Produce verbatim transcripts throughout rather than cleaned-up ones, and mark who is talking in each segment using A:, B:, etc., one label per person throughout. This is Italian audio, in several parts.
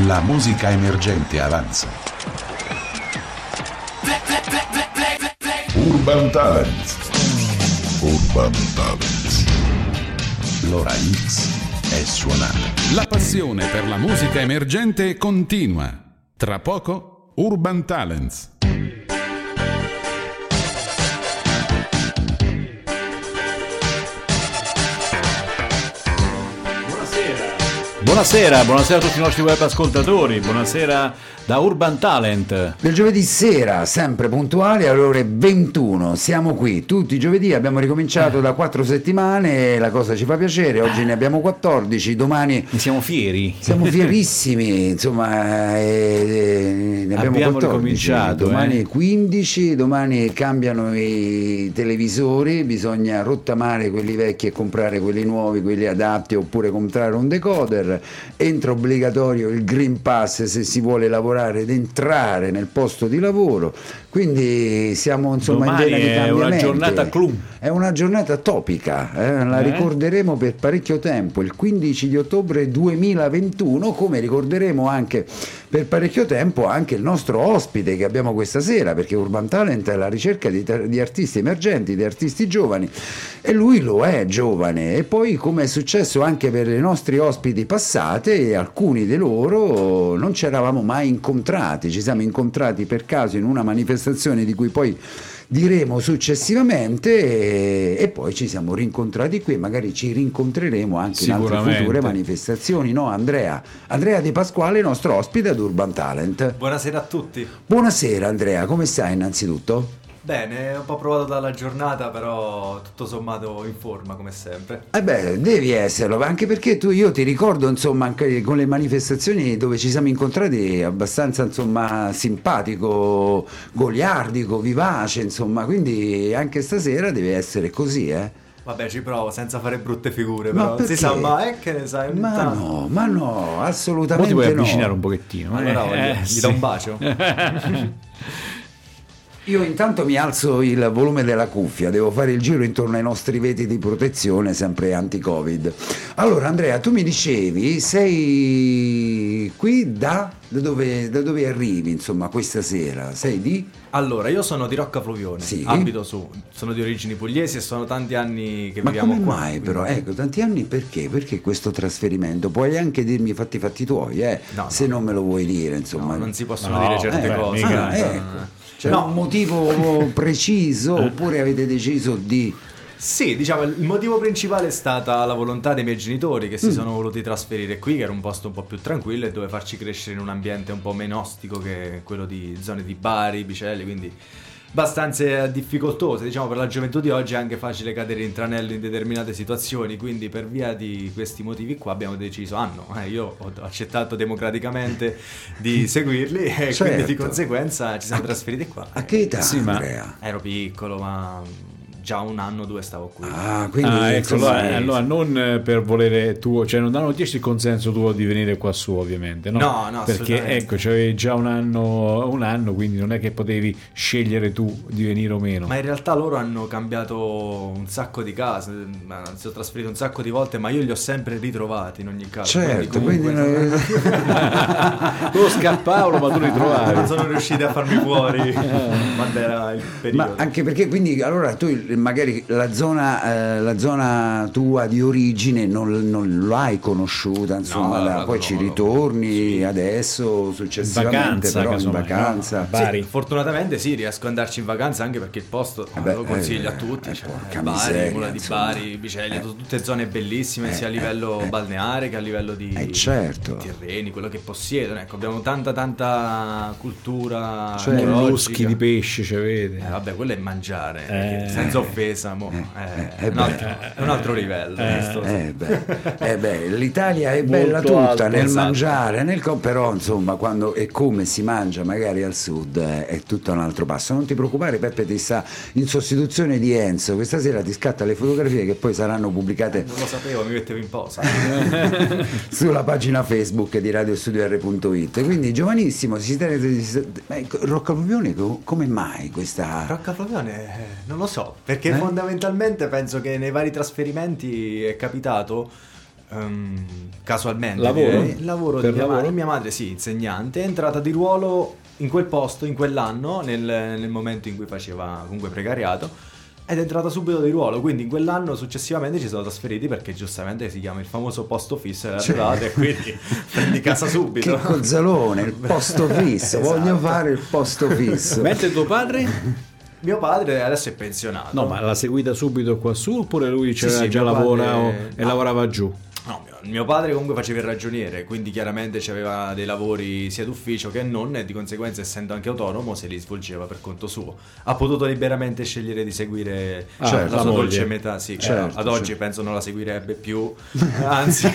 A: La musica emergente avanza. Urban Talent. Urban Talent. L'ora X è suonata.
B: La passione per la musica emergente continua. Tra poco Urban Talents.
C: Buonasera, buonasera a tutti i nostri web ascoltatori, buonasera da Urban Talent.
D: Del giovedì sera, sempre puntuali, alle ore ventuno, siamo qui tutti i giovedì, abbiamo ricominciato da quattro settimane, la cosa ci fa piacere, oggi ne abbiamo quattordici, domani...
C: Ne siamo fieri.
D: Siamo fierissimi, insomma, eh, ne abbiamo,
C: abbiamo
D: quattordici,
C: ricominciato.
D: Domani
C: eh.
D: quindici, domani cambiano i televisori, bisogna rottamare quelli vecchi e comprare quelli nuovi, quelli adatti, oppure comprare un decoder. Entra obbligatorio il Green Pass se si vuole lavorare ed entrare nel posto di lavoro, quindi siamo insomma
C: Domani
D: in vena di cambiamenti.
C: È una giornata clou.
D: È una giornata topica, eh? la eh? ricorderemo per parecchio tempo, il quindici di ottobre duemilaventuno, come ricorderemo anche per parecchio tempo anche il nostro ospite che abbiamo questa sera, perché Urban Talent è la ricerca di, di artisti emergenti, di artisti giovani, e lui lo è giovane. E poi, come è successo anche per i nostri ospiti passati, alcuni di loro non ci eravamo mai incontrati, ci siamo incontrati per caso in una manifestazione di cui poi diremo successivamente, e, e poi ci siamo rincontrati qui, magari ci rincontreremo anche in altre future manifestazioni, no Andrea? Andrea De Pasquale, nostro ospite ad Urban Talent.
E: Buonasera a tutti.
D: Buonasera Andrea, come stai innanzitutto?
E: Bene, un po' provato dalla giornata, però tutto sommato in forma come sempre.
D: Eh beh, devi esserlo, anche perché tu, io ti ricordo insomma anche con le manifestazioni dove ci siamo incontrati abbastanza insomma simpatico, goliardico, vivace, insomma, quindi anche stasera deve essere così, eh.
E: Vabbè, ci provo senza fare brutte figure,
D: ma
E: però
D: perché?
E: Si sa mai, che ne sai?
D: Ma
E: tanto.
D: no, ma no, assolutamente no.
C: Poi ti vuoi avvicinare un pochettino.
E: Allora
C: eh,
E: voglio,
C: eh,
E: gli
C: sì.
E: do un bacio.
D: Io intanto mi alzo il volume della cuffia, devo fare il giro intorno ai nostri veti di protezione, sempre anti-Covid. Allora Andrea, tu mi dicevi, sei qui da, da, dove, da dove arrivi insomma questa sera? Sei di?
E: Allora, io sono di Roccafluvione,
D: sì.
E: abito su, sono di origini pugliesi e sono tanti anni che
D: Ma
E: viviamo
D: come
E: qua.
D: mai
E: quindi...
D: però? Ecco, tanti anni perché? Perché questo trasferimento? Puoi anche dirmi i fatti fatti tuoi, eh?
E: No,
D: se
E: no.
D: non me lo vuoi dire, insomma.
E: No, non si possono
C: No,
E: dire certe
D: eh,
E: cose.
D: ah,
E: no,
D: ecco.
E: no.
D: C'è
E: No.
D: un motivo preciso oppure avete deciso di...
E: Sì, diciamo, il motivo principale è stata la volontà dei miei genitori che si
D: Mm.
E: sono voluti trasferire qui, che era un posto un po' più tranquillo e dove farci crescere in un ambiente un po' meno ostico che quello di zone di Bari, Bicelli, quindi abbastanza difficoltose. Diciamo, per la gioventù di oggi è anche facile cadere in tranello in determinate situazioni, quindi per via di questi motivi qua abbiamo deciso, ah no, eh, io ho accettato democraticamente di seguirli e
D: Certo.
E: quindi di conseguenza ci siamo trasferiti qua.
D: A che età,
C: Sì, ma-
D: Andrea?
E: Ero piccolo, ma già un anno o due stavo qui.
D: Ah, quindi
C: Ah, ecco,
D: insomma,
C: allora, allora non per volere tuo, cioè non hanno chiesto il consenso tuo di venire qua su, ovviamente, no?
E: No, no,
C: perché
E: assolutamente.
C: ecco, c'avevi già un anno, un anno, quindi non è che potevi scegliere tu di venire o meno.
E: Ma in realtà loro hanno cambiato un sacco di case, ma si sono trasferiti un sacco di volte, ma io li ho sempre ritrovati in ogni caso.
D: certo,
E: quindi,
D: quindi
E: comunque,
C: Tu scappavano, ma tu li
E: non
C: trovavi.
E: sono riusciti a farmi fuori quando era il periodo.
D: ma anche perché quindi allora tu magari la zona, eh, la zona tua di origine non, non l'hai conosciuta, insomma,
E: No,
D: da-
E: no,
D: poi
E: no,
D: ci
E: no,
D: ritorni
E: sì.
D: adesso successivamente,
C: Vacanza,
D: però in
C: casomai,
D: vacanza.
C: no? Bari.
E: Sì, fortunatamente sì, riesco ad andarci in vacanza anche perché il posto
D: Eh beh,
E: lo consiglio
D: eh,
E: a tutti,
D: eh,
E: cioè,
D: porca
E: Bari,
D: miseria,
E: Mula di
D: insomma.
E: Bari, Biceglie,
D: Eh.
E: sono tutte zone bellissime
D: Eh,
E: sia a
D: eh,
E: livello
D: eh.
E: balneare che a livello di,
D: Eh, certo.
E: di terreni, quello che possiedono. Ecco, abbiamo tanta tanta cultura
D: Cioè,
E: archeologica.
C: Luschi di pesce, cioè, vedi.
E: Eh, vabbè, quello è mangiare,
C: Eh.
E: perché senza offesa, mo,
D: eh,
E: è,
D: eh,
E: un
D: beh.
E: altro, è un altro livello. questo.
D: Eh beh, eh beh, l'Italia è
C: Molto
D: bella tutta
C: alto,
D: nel
E: esatto.
D: mangiare, nel co- però insomma quando e come si mangia magari al sud eh, è tutto un altro passo. Non ti preoccupare, Peppe ti sta in sostituzione di Enzo, questa sera ti scatta le fotografie che poi saranno pubblicate
E: Non lo sapevo, mi mettevo in posa.
D: sulla pagina Facebook di radio studio r punto it. Quindi giovanissimo, si Roccafluvione, come mai questa
E: Roccafluvione, eh, non lo so, perché
D: Eh?
E: fondamentalmente penso che nei vari trasferimenti è capitato um, casualmente
C: lavoro,
E: direi. lavoro
C: per
E: di mia
C: lavoro?
E: madre. Mia madre sì, insegnante, è entrata di ruolo in quel posto, in quell'anno, nel, nel momento in cui faceva comunque precariato, ed è entrata subito di ruolo, quindi in quell'anno successivamente ci sono trasferiti perché giustamente si chiama il famoso posto fisso, era arrivato e quindi prendi casa subito.
D: Che cozzalone, il posto fisso,
E: Esatto.
D: voglio fare il posto fisso.
C: Mentre tuo padre?
E: Mio padre adesso è pensionato.
C: No, ma l'ha seguita subito qua su oppure lui c'era
E: sì,
C: già
E: mio
C: lavorava
E: padre-
C: e
E: no.
C: lavorava giù?
E: No, mio- mio padre comunque faceva il ragioniere, quindi chiaramente aveva dei lavori sia d'ufficio che non, e di conseguenza, essendo anche autonomo, se li svolgeva per conto suo. Ha potuto liberamente scegliere di seguire
C: Ah,
E: cioè,
C: la
E: la sua
C: moglie.
E: dolce metà, sì,
D: Certo,
E: ad oggi
D: certo.
E: penso non la seguirebbe più, anzi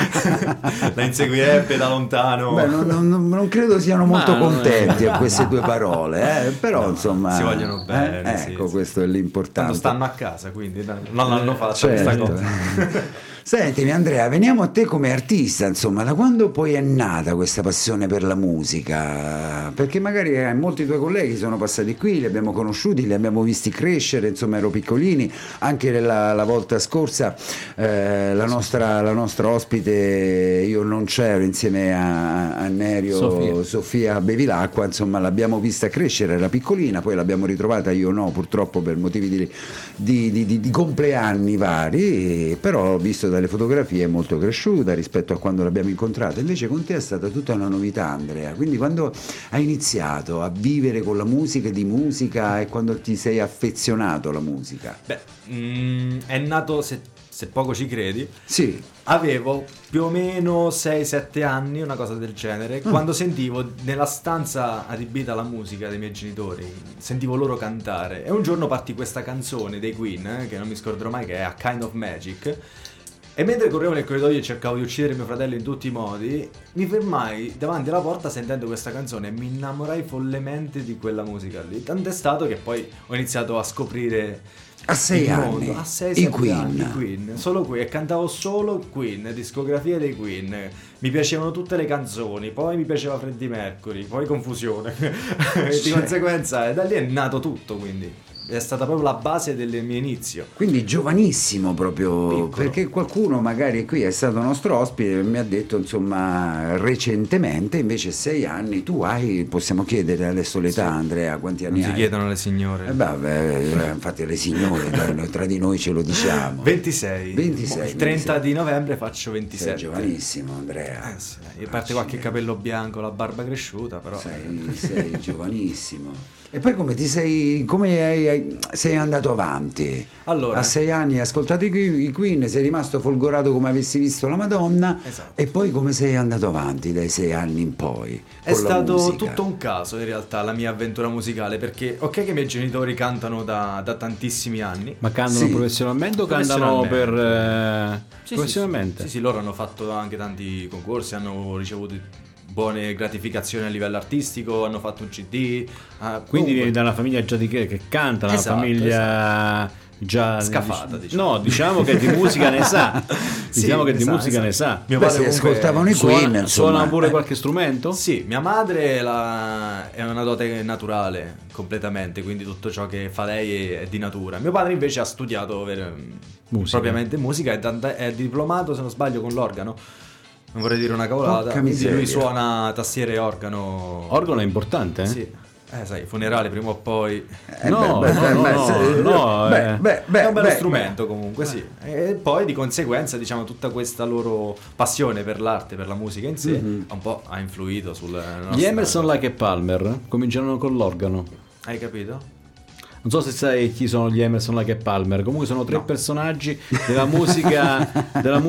E: la inseguirebbe da lontano.
D: Beh, non, non- non credo siano
C: Ma
D: molto
C: non è-
D: contenti a queste due parole, eh, però
E: No,
D: insomma
E: si vogliono bene,
D: eh,
E: sì,
D: ecco,
E: sì.
D: questo è l'importante.
E: Quando stanno a casa, quindi dai, non l'hanno fatta
D: Certo.
E: questa cosa.
D: Sentimi Andrea, veniamo a te come artista, insomma, da quando poi è nata questa passione per la musica? Perché magari eh, molti tuoi colleghi sono passati qui, li abbiamo conosciuti, li abbiamo visti crescere, insomma ero piccolini, anche la, la volta scorsa eh, la, nostra, la nostra ospite, io non c'ero, insieme a, a Nerio,
C: Sofia.
D: Sofia Bevilacqua, insomma l'abbiamo vista crescere, era piccolina, poi l'abbiamo ritrovata, io no purtroppo per motivi di, di, di, di, di compleanni vari, però ho visto dalle fotografie è molto cresciuta rispetto a quando l'abbiamo incontrata. Invece con te è stata tutta una novità, Andrea, quindi quando hai iniziato a vivere con la musica, di musica, e quando ti sei affezionato alla musica?
E: Beh, mm, è nato, se, se poco ci credi,
D: Sì,
E: avevo più o meno sei sette anni, una cosa del genere, quando sentivo nella stanza adibita alla musica dei miei genitori, sentivo loro cantare, e un giorno partì questa canzone dei Queen, eh, che non mi scorderò mai, che è A Kind of Magic, e mentre correvo nel corridoio e cercavo di uccidere mio fratello in tutti i modi, mi fermai davanti alla porta sentendo questa canzone e mi innamorai follemente di quella musica lì. Tanto è stato che poi ho iniziato a scoprire
D: a sei
E: il
D: anni,
E: mondo. A sei
D: i
E: sette
D: Queen.
E: anni, i Queen, solo qui, e cantavo solo Queen, discografia dei Queen. Mi piacevano tutte le canzoni, poi mi piaceva Freddie Mercury, poi Confusione. Di
D: Cioè.
E: conseguenza, da lì è nato tutto, quindi è stata proprio la base del mio inizio.
D: Quindi giovanissimo proprio,
E: Piccolo.
D: perché qualcuno magari qui è stato nostro ospite e mi ha detto insomma recentemente, invece sei anni, tu hai, possiamo chiedere adesso l'età, Andrea, quanti anni
E: Non si
D: hai?
E: chiedono le signore.
D: Eh beh, beh, infatti le signore dai, noi tra di noi ce lo diciamo.
E: ventisei.
D: ventisei,
E: Il trenta
D: ventisei.
E: di novembre faccio
D: Sei
E: ventisette.
D: giovanissimo, Andrea.
E: Eh sì, a parte qualche capello bianco, la barba cresciuta, però.
D: Sei, sei giovanissimo. E poi come ti sei, come hai- hai- sei andato avanti?
E: Allora.
D: A sei anni hai ascoltato i Que- i Queen, sei rimasto folgorato come avessi visto la Madonna.
E: Esatto.
D: E poi come sei andato avanti dai sei anni in poi?
E: È
D: con la
E: stato
D: musica?
E: tutto un caso in realtà la mia avventura musicale, perché ok che i miei genitori cantano da, da tantissimi anni.
C: Ma cantano
D: Sì.
C: professionalmente o cantano per...
E: Professionalmente.
C: eh,
E: Sì,
C: professionalmente?
E: Sì, sì, loro hanno fatto anche tanti concorsi, hanno ricevuto buone gratificazioni a livello artistico, hanno fatto un C D. eh,
C: Quindi
E: comunque-
C: vieni da una famiglia già di che, che canta, una
E: Esatto,
C: famiglia già
E: Scafata, diciamo.
C: No, diciamo che di musica ne sa.
E: Sì,
C: Diciamo che
E: ne
C: di
E: sa,
C: musica
E: ne
C: ne
E: sa.
C: sa.
E: Mio
D: Beh,
E: padre
D: se
E: comunque
D: ascoltavano i Queen,
C: Suona,
D: insomma.
C: suona pure
D: eh.
C: qualche strumento?
E: Sì, mia madre la- è una dote naturale completamente, quindi tutto ciò che fa lei è, è di natura. Mio padre invece ha studiato ver-
C: Musica.
E: propriamente musica, è, tant- è diplomato, se non sbaglio, con l'organo. Non vorrei dire una cavolata.
D: Porca
E: Quindi
D: miseria.
E: lui suona tastiere e organo.
C: Organo è importante, eh?
E: Sì. Eh, sai, funerale prima o poi.
D: Eh,
C: No,
D: beh,
C: no,
D: beh,
C: no,
D: beh,
C: no,
D: se-
C: no,
D: beh,
C: eh.
D: beh, beh,
E: è un bello
D: beh,
E: strumento comunque, sì. E poi di conseguenza, diciamo, tutta questa loro passione per l'arte, per la musica in sé,
D: Mhm.
E: un po' ha influito sul
C: Gli Emerson, Lake e Palmer cominciarono con l'organo.
E: Hai capito?
C: Non so se sai chi sono gli Emerson, Lake e Palmer. Comunque sono tre personaggi della musica della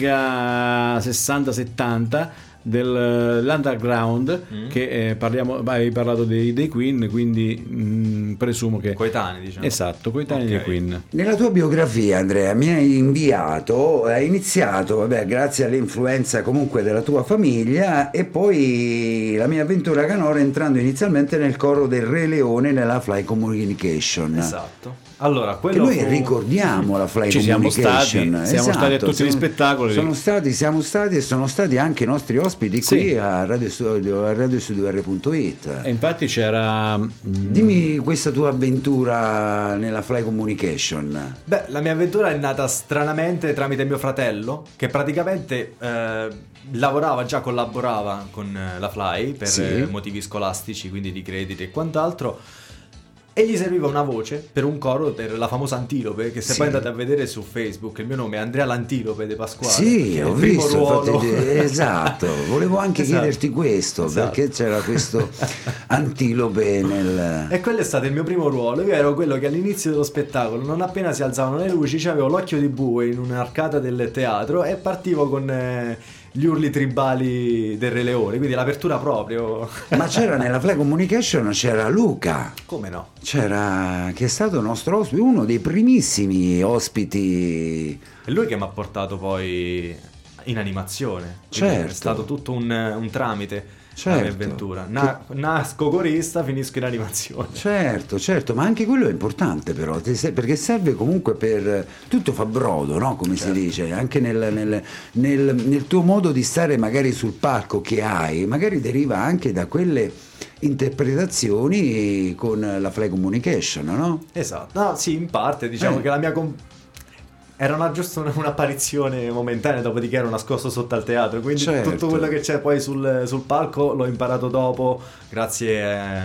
C: musica sessanta settanta dell'underground,
E: Mm.
C: che eh, parliamo, beh, hai parlato dei, dei Queen, quindi mh, presumo che
E: Coetanei, diciamo.
C: esatto, coetanei dei
E: Ok.
C: Queen.
D: Nella tua biografia, Andrea, mi hai inviato, hai iniziato, vabbè, grazie all'influenza comunque della tua famiglia, e poi la mia avventura canora entrando inizialmente nel coro del Re Leone nella Fly Communication.
E: Esatto. Allora,
D: Che
E: quello
D: noi
E: fu-
D: ricordiamo la Fly
C: Ci siamo
D: Communication.
C: stati, siamo stati a tutti gli
D: siamo-
C: spettacoli.
D: Sono stati, siamo stati e sono stati anche i nostri ospiti ospiti qui
C: Sì.
D: a Radio Studio, a radio studio R punto it.
C: E infatti c'era... mm,
D: Dimmi questa tua avventura nella Fly Communication.
E: Beh, la mia avventura è nata stranamente tramite mio fratello, che praticamente eh, lavorava, già collaborava con eh, la Fly per
D: Sì.
E: eh, motivi scolastici, quindi di crediti e quant'altro. E gli serviva una voce per un coro per la famosa Antilope, che se
D: Sì.
E: poi andate a vedere su Facebook, il mio nome è Andrea l'Antilope De Pasquale.
D: Sì,
E: che è
D: ho
E: il primo
D: visto,
E: ruolo.
D: infatti, esatto, volevo anche
E: Esatto.
D: chiederti questo,
E: Esatto.
D: perché c'era questo antilope nel...
E: E quello è stato il mio primo ruolo. Io ero quello che all'inizio dello spettacolo, non appena si alzavano le luci, avevo l'occhio di bue in un'arcata del teatro e partivo con eh, gli urli tribali del Re Leone, quindi l'apertura proprio.
D: Ma c'era nella Fly Communication, c'era Luca,
E: Come no?
D: c'era, che è stato nostro ospite, uno dei primissimi ospiti.
E: È lui che mi ha portato poi in animazione. Quindi
D: Certo.
E: È stato tutto un, un tramite la
D: Certo.
E: mia avventura. Na- nasco corista, finisco in animazione.
D: Certo, certo, ma anche quello è importante però, ti se- perché serve comunque per... tutto fa brodo, no? Come
E: Certo.
D: si dice, anche nel, nel- nel- nel tuo modo di stare magari sul palco che hai, magari deriva anche da quelle interpretazioni con la Fly Communication, no?
E: Esatto. No, sì, in parte diciamo
D: Eh.
E: che la mia... com- Era una, giusto una- un'apparizione momentanea, dopodiché ero nascosto sotto al teatro, quindi
D: Certo.
E: tutto quello che c'è poi sul, sul palco l'ho imparato dopo, grazie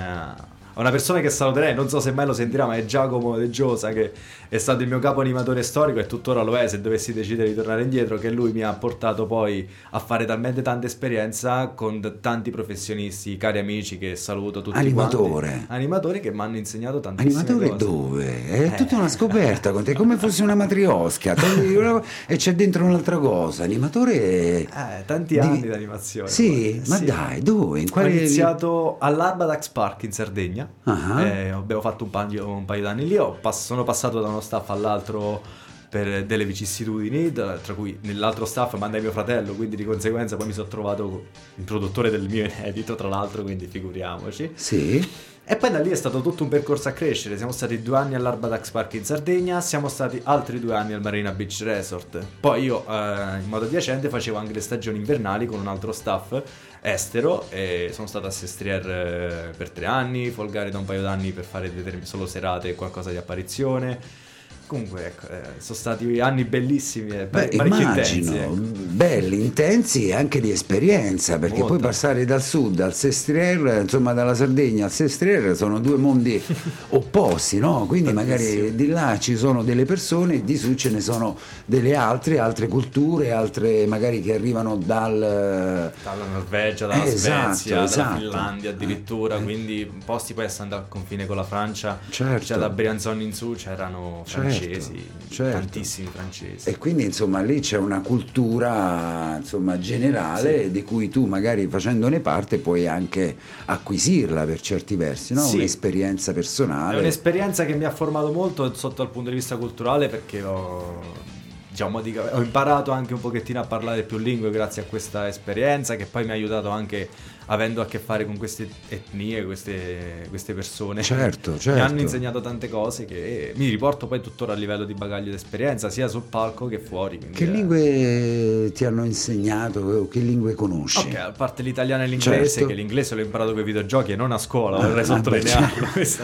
E: a a una persona che saluterei, non so se mai lo sentirà, ma è Giacomo De Giosa, che è stato il mio capo animatore storico e tuttora lo è se dovessi decidere di tornare indietro, che lui mi ha portato poi a fare talmente tanta esperienza con d- tanti professionisti, cari amici che saluto tutti
D: Animatore.
E: quanti. Animatori che mi hanno insegnato tantissime
D: Animatore
E: cose.
D: dove? È
E: Eh.
D: tutta una scoperta con te, come fosse una matriosca, togli una- e c'è dentro un'altra cosa. Animatore...
E: Eh, tanti
D: Devi-
E: anni di animazione.
D: Sì,
E: guarda.
D: ma
E: Sì.
D: dai, dove? In
E: Ho
D: quale...
E: iniziato all'Arbadax Park in Sardegna.
D: Ah.
E: Eh, abbiamo fatto un paio, un paio d'anni lì. Ho pass- sono passato da uno staff all'altro per delle vicissitudini, da- tra cui nell'altro staff mandai mio fratello, quindi di conseguenza poi mi sono trovato il produttore del mio inedito, tra l'altro, quindi figuriamoci.
D: Sì,
E: E poi da lì è stato tutto un percorso a crescere. Siamo stati due anni all'Arbadax Park in Sardegna, siamo stati altri due anni al Marina Beach Resort. Poi io, eh, in modo adiacente, facevo anche le stagioni invernali con un altro staff estero e sono stato a Sestriere per tre anni, Folgare da un paio d'anni per fare determin- solo serate e qualcosa di apparizione. Comunque, ecco, eh, sono stati anni bellissimi e
D: beh,
E: pa- parecchio
D: immagino,
E: intensi. ecco.
D: belli, intensi e anche di esperienza, perché
E: Molto.
D: poi passare dal sud al Sestriere, insomma dalla Sardegna al Sestriere sono due mondi opposti, no? Quindi magari
E: Tantissimo.
D: di là ci sono delle persone, di su ce ne sono delle altre, altre culture, altre magari che arrivano dal...
E: Dalla Norvegia, dalla
D: Esatto,
E: Svezia, dalla
D: esatto.
E: Finlandia addirittura,
D: Eh, eh.
E: quindi posti poi essendo al confine con la Francia,
D: Certo.
E: cioè da Brianzone in su c'erano
D: Certo,
E: francesi,
D: certo.
E: tantissimi francesi.
D: E quindi insomma lì c'è una cultura insomma generale di cui tu magari facendone parte puoi anche acquisirla per certi versi, no?
E: Sì.
D: Un'esperienza
E: È
D: personale.
E: un'esperienza che mi ha formato molto sotto il punto di vista culturale, perché ho, diciamo, dico, ho imparato anche un pochettino a parlare più lingue grazie a questa esperienza, che poi mi ha aiutato anche avendo a che fare con queste etnie, queste, queste persone.
D: Certo,
E: Mi
D: certo.
E: hanno insegnato tante cose che mi riporto poi tuttora a livello di bagaglio d'esperienza, sia sul palco che fuori. quindi
D: Che
E: è-
D: lingue ti hanno insegnato o che lingue conosci?
E: Ok, a parte l'italiano e l'inglese,
D: Certo.
E: che l'inglese l'ho imparato con i videogiochi e non a scuola, vorrei
D: Ah,
E: sottolinearlo.
D: beh,
E: questa-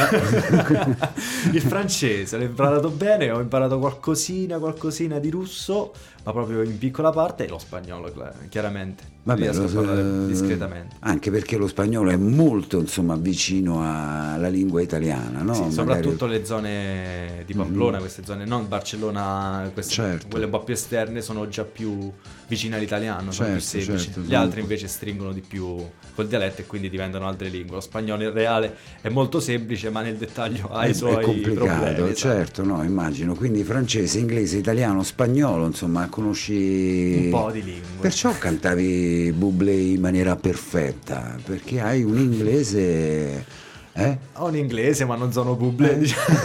D: Beh.
E: Il francese l'ho imparato bene, ho imparato qualcosina, qualcosina di russo, ma proprio in piccola parte, e lo spagnolo, cla- chiaramente.
D: Vabbè,
E: Riesco
D: lo
E: a
D: so-
E: parlare discretamente.
D: anche perché lo spagnolo è molto insomma vicino alla lingua italiana, no?
E: Sì,
D: Magari-
E: soprattutto le zone di Pamplona, queste zone, non Barcellona, queste,
D: Certo.
E: quelle un po' più esterne sono già più vicine all'italiano, sono più
D: Certo,
E: semplici.
D: certo,
E: Gli
D: sono-
E: altri invece stringono di più col dialetto e quindi diventano altre lingue. Lo spagnolo in reale è molto semplice, ma nel dettaglio ha
D: è,
E: i suoi
D: è complicato,
E: problemi. esatto.
D: certo, no, immagino. Quindi francese, inglese, italiano, spagnolo, insomma, conosci
E: Un po' di lingue.
D: Perciò cantavi Bublé in maniera perfetta, perché hai un inglese Eh?
E: Ho in inglese, ma non sono Bublé, diciamo.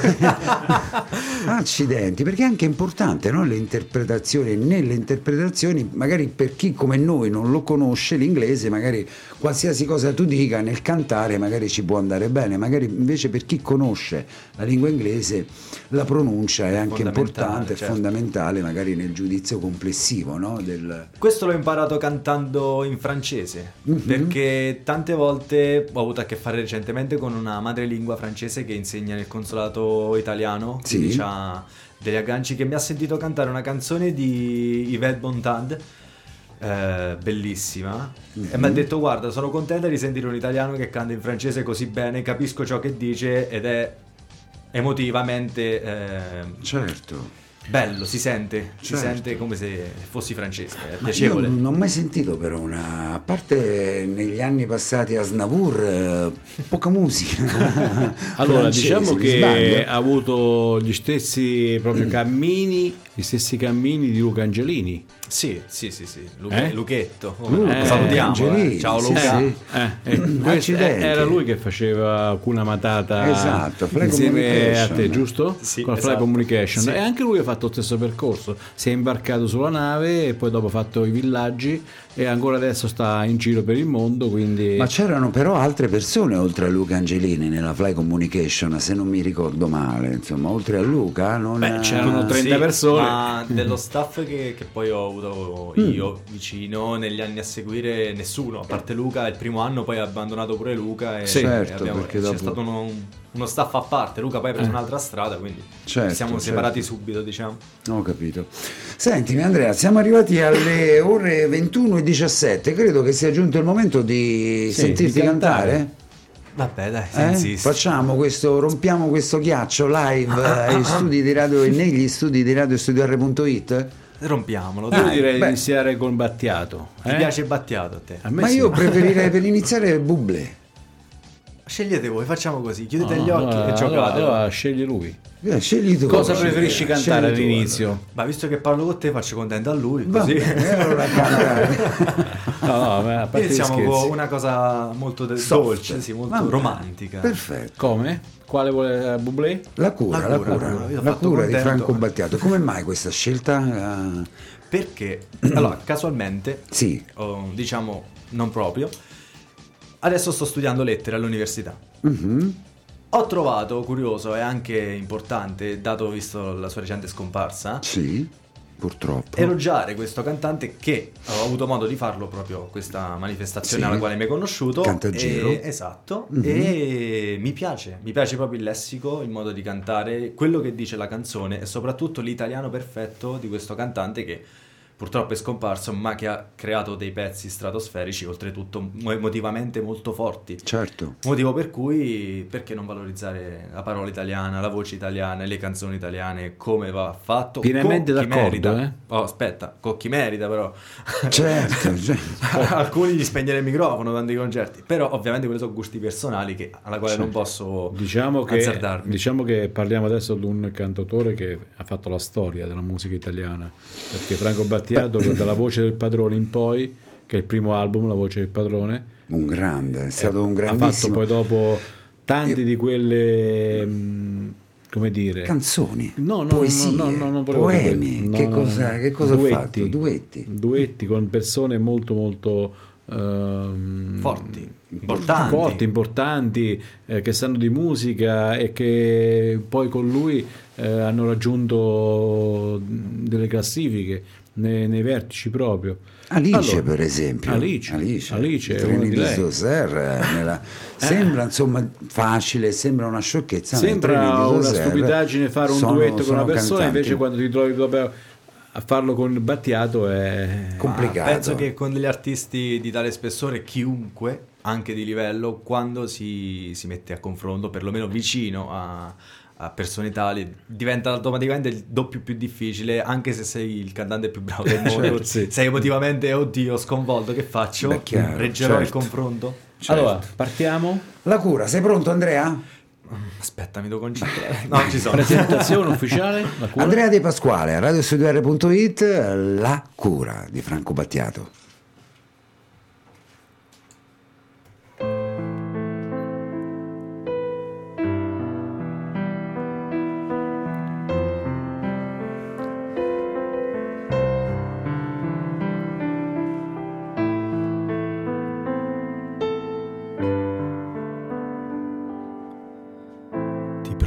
D: Accidenti, perché è anche importante, no? Le interpretazioni, nelle interpretazioni, magari per chi come noi non lo conosce l'inglese, magari qualsiasi cosa tu dica nel cantare magari ci può andare bene, magari invece per chi conosce la lingua inglese la pronuncia è anche importante,
E: certo.
D: è fondamentale magari nel giudizio complessivo, no? Del...
E: Questo l'ho imparato cantando in francese,
D: Mm-hmm.
E: perché tante volte ho avuto a che fare recentemente con una madrelingua francese che insegna nel consolato italiano,
D: Sì.
E: quindi c'ha degli agganci, che mi ha sentito cantare una canzone di Yvette Bontemps, eh, bellissima,
D: Mm-hmm.
E: e mi ha detto: guarda, sono contenta di sentire un italiano che canta in francese così bene, capisco ciò che dice ed è emotivamente eh,
D: Certo.
E: bello, si sente, si
D: Certo.
E: sente come se fossi francese, è
D: Ma
E: piacevole.
D: io non ho mai sentito però una, a parte negli anni passati a Snavour, eh, poca musica.
C: Allora,
D: francese,
C: diciamo
D: mi
C: che
D: sbaglio?
C: ha avuto gli stessi proprio cammini, gli stessi cammini di Luca Angelini.
E: Sì, sì, sì, sì. Luca-
C: Eh?
E: Luchetto.
D: Luca,
E: Lo salutiamo.
D: Angelini,
E: eh. Ciao
D: sì,
E: Luca.
D: sì.
C: Eh, eh, questo-
D: Accidenti.
C: era lui che faceva Hakuna Matata
D: Esatto, Fly
C: insieme a
D: Communication.
C: te, giusto?
E: Sì,
C: Con la Fly
E: esatto.
C: Communication.
E: Sì.
C: E anche lui ha fatto lo stesso percorso, si è imbarcato sulla nave e poi dopo ha fatto i villaggi e ancora adesso sta in giro per il mondo, quindi
D: Ma c'erano però altre persone oltre a Luca Angelini nella Fly Communication, se non mi ricordo male, insomma, oltre a Luca non...
C: Beh, c'erano trenta
E: Sì,
C: persone.
E: Ma dello staff che, che poi ho avuto io vicino negli anni a seguire, nessuno, a parte Luca. Il primo anno poi ha abbandonato pure Luca. E,
C: Sì,
E: e
D: certo,
E: abbiamo-
D: perché
E: c'è
D: dopo-
E: stato uno, uno staff a parte. Luca poi ha preso un'altra strada, quindi
D: Certo,
E: ci siamo
D: certo.
E: separati subito, diciamo.
D: Ho capito. Sentimi Andrea, siamo arrivati alle ore ventuno e diciassette, credo che sia giunto il momento di
C: Sì,
D: sentirti
C: di cantare.
D: cantare.
E: Vabbè, dai, si
D: Eh?
E: insiste.
D: Facciamo questo, rompiamo questo ghiaccio live eh, ai studi di radio e negli studi di radio studio R punto it.
E: Rompiamolo.
C: io
E: Dai.
C: direi
D: beh.
C: di iniziare con Battiato.
E: Ti
C: eh?
E: piace Battiato a te?
C: A me
D: Ma
C: sì.
D: io preferirei per iniziare Bublé.
E: Scegliete voi, facciamo così. Chiudete
C: No,
E: gli occhi
C: allora,
E: e giocate.
C: allora, allora scegli lui.
D: Eh, scegli tu.
C: Cosa
D: Scegli-
C: preferisci cantare
D: scegli tu,
C: all'inizio?
E: Ma visto che parlo con te, faccio contento a lui.
D: allora. Va
E: Così.
D: bene, allora cantare.
C: No, no, ma a parte gli
E: Iniziamo
C: scherzi.
E: con una cosa molto de-
D: Soft.
E: dolce, sì, molto
D: Va bene.
E: romantica.
D: Perfetto.
C: Come? Quale vuole Bublé?
D: La cura,
E: La
D: la
E: cura,
D: cura,
E: la cura. Io ho
D: la
E: fatto
D: cura di
E: contento.
D: Franco Battiato. Come mai questa scelta? Eh,
E: Perché, allora, casualmente,
D: sì.
E: o, diciamo non proprio, adesso sto studiando lettere all'università.
D: Mhm.
E: Ho trovato, curioso e anche importante, dato visto la sua recente scomparsa,
D: Sì, purtroppo.
E: elogiare questo cantante che ho avuto modo di farlo proprio a questa manifestazione
D: Sì.
E: alla quale mi hai conosciuto.
D: Cantagiro.
E: E- esatto.
D: Mhm.
E: E mi piace, mi piace proprio il lessico, il modo di cantare, quello che dice la canzone e soprattutto l'italiano perfetto di questo cantante che purtroppo è scomparso, ma che ha creato dei pezzi stratosferici, oltretutto mo- emotivamente molto forti.
D: Certo.
E: Motivo per cui, perché non valorizzare la parola italiana, la voce italiana e le canzoni italiane come va fatto?
C: Pienamente
E: con chi
C: d'accordo,
E: merita.
C: eh.
E: Oh, aspetta, con chi merita però.
D: Certo, certo.
E: Alcuni gli spegnere il microfono durante i concerti, però ovviamente quelli sono gusti personali che, alla quale non posso
C: Diciamo che,
E: azzardarmi.
C: diciamo che parliamo adesso di un cantautore che ha fatto la storia della musica italiana, perché Franco Battiato dalla Voce del Padrone in poi, che è il primo album, La Voce del Padrone,
D: Un grande, è stato un
C: ha fatto
D: grandissimo.
C: poi dopo tanti di quelle mh, come dire
D: Canzoni,
C: no, no,
D: poesie,
C: no, no, no, non volevo
D: poemi,
C: dire- no,
D: che,
C: no,
D: cosa, che cosa
C: duetti,
D: ha fatto? Duetti.
C: duetti con persone molto molto ehm,
E: Forti, importanti.
C: forti, importanti, eh, che sanno di musica e che poi con lui eh, hanno raggiunto delle classifiche nei, nei vertici proprio.
D: Alice
C: Allora,
D: per esempio.
C: Alice,
D: Alice,
C: Alice è
D: Treni
C: una di
D: di
C: lei.
D: Saussure, eh, nella- sembra insomma facile, sembra una sciocchezza. ma i Treni
C: Sembra
D: di
C: una
D: Saussure
C: stupidaggine fare un
D: sono-
C: duetto con
D: sono
C: una persona,
D: cantanti
C: invece quando ti trovi proprio a farlo con Battiato è
D: complicato.
E: Ma penso che con degli artisti di tale spessore chiunque, anche di livello, quando si, si mette a confronto, perlomeno vicino a, a persone tali, diventa automaticamente il doppio più difficile, anche se sei il cantante più bravo del mondo.
C: Certo, sì.
E: Sei emotivamente, oddio, sconvolto, che faccio?
D: Beh, chiaro,
E: Reggerò il
D: certo.
E: confronto?
C: Allora, partiamo.
D: La cura, sei pronto Andrea?
E: Aspetta, mi devo concentrare. No, ci sono.
C: Presentazione ufficiale. La cura.
D: Andrea De Pasquale a radio studio R punto it, La cura di Franco Battiato.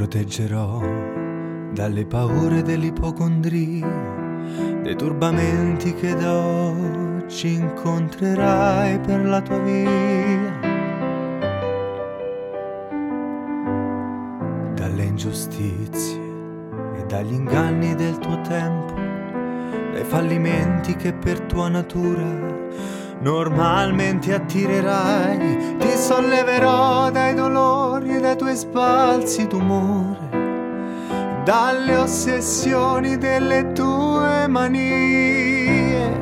E: proteggerò dalle paure dell'ipocondria, dei turbamenti che da oggi incontrerai per la tua via, dalle ingiustizie e dagli inganni del tuo tempo, dai fallimenti che per tua natura normalmente attirerai. Ti solleverò dai dolori e dai tuoi sbalzi d'umore, dalle ossessioni delle tue manie.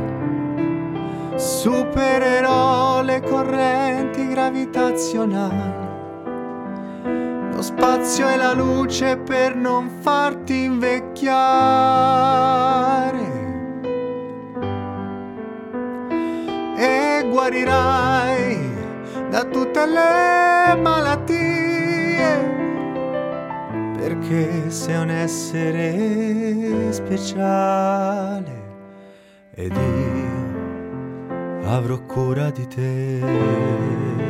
E: Supererò le correnti gravitazionali, lo spazio e la luce per non farti invecchiare. E guarirai da tutte le malattie, perché sei un essere speciale ed io avrò cura di te.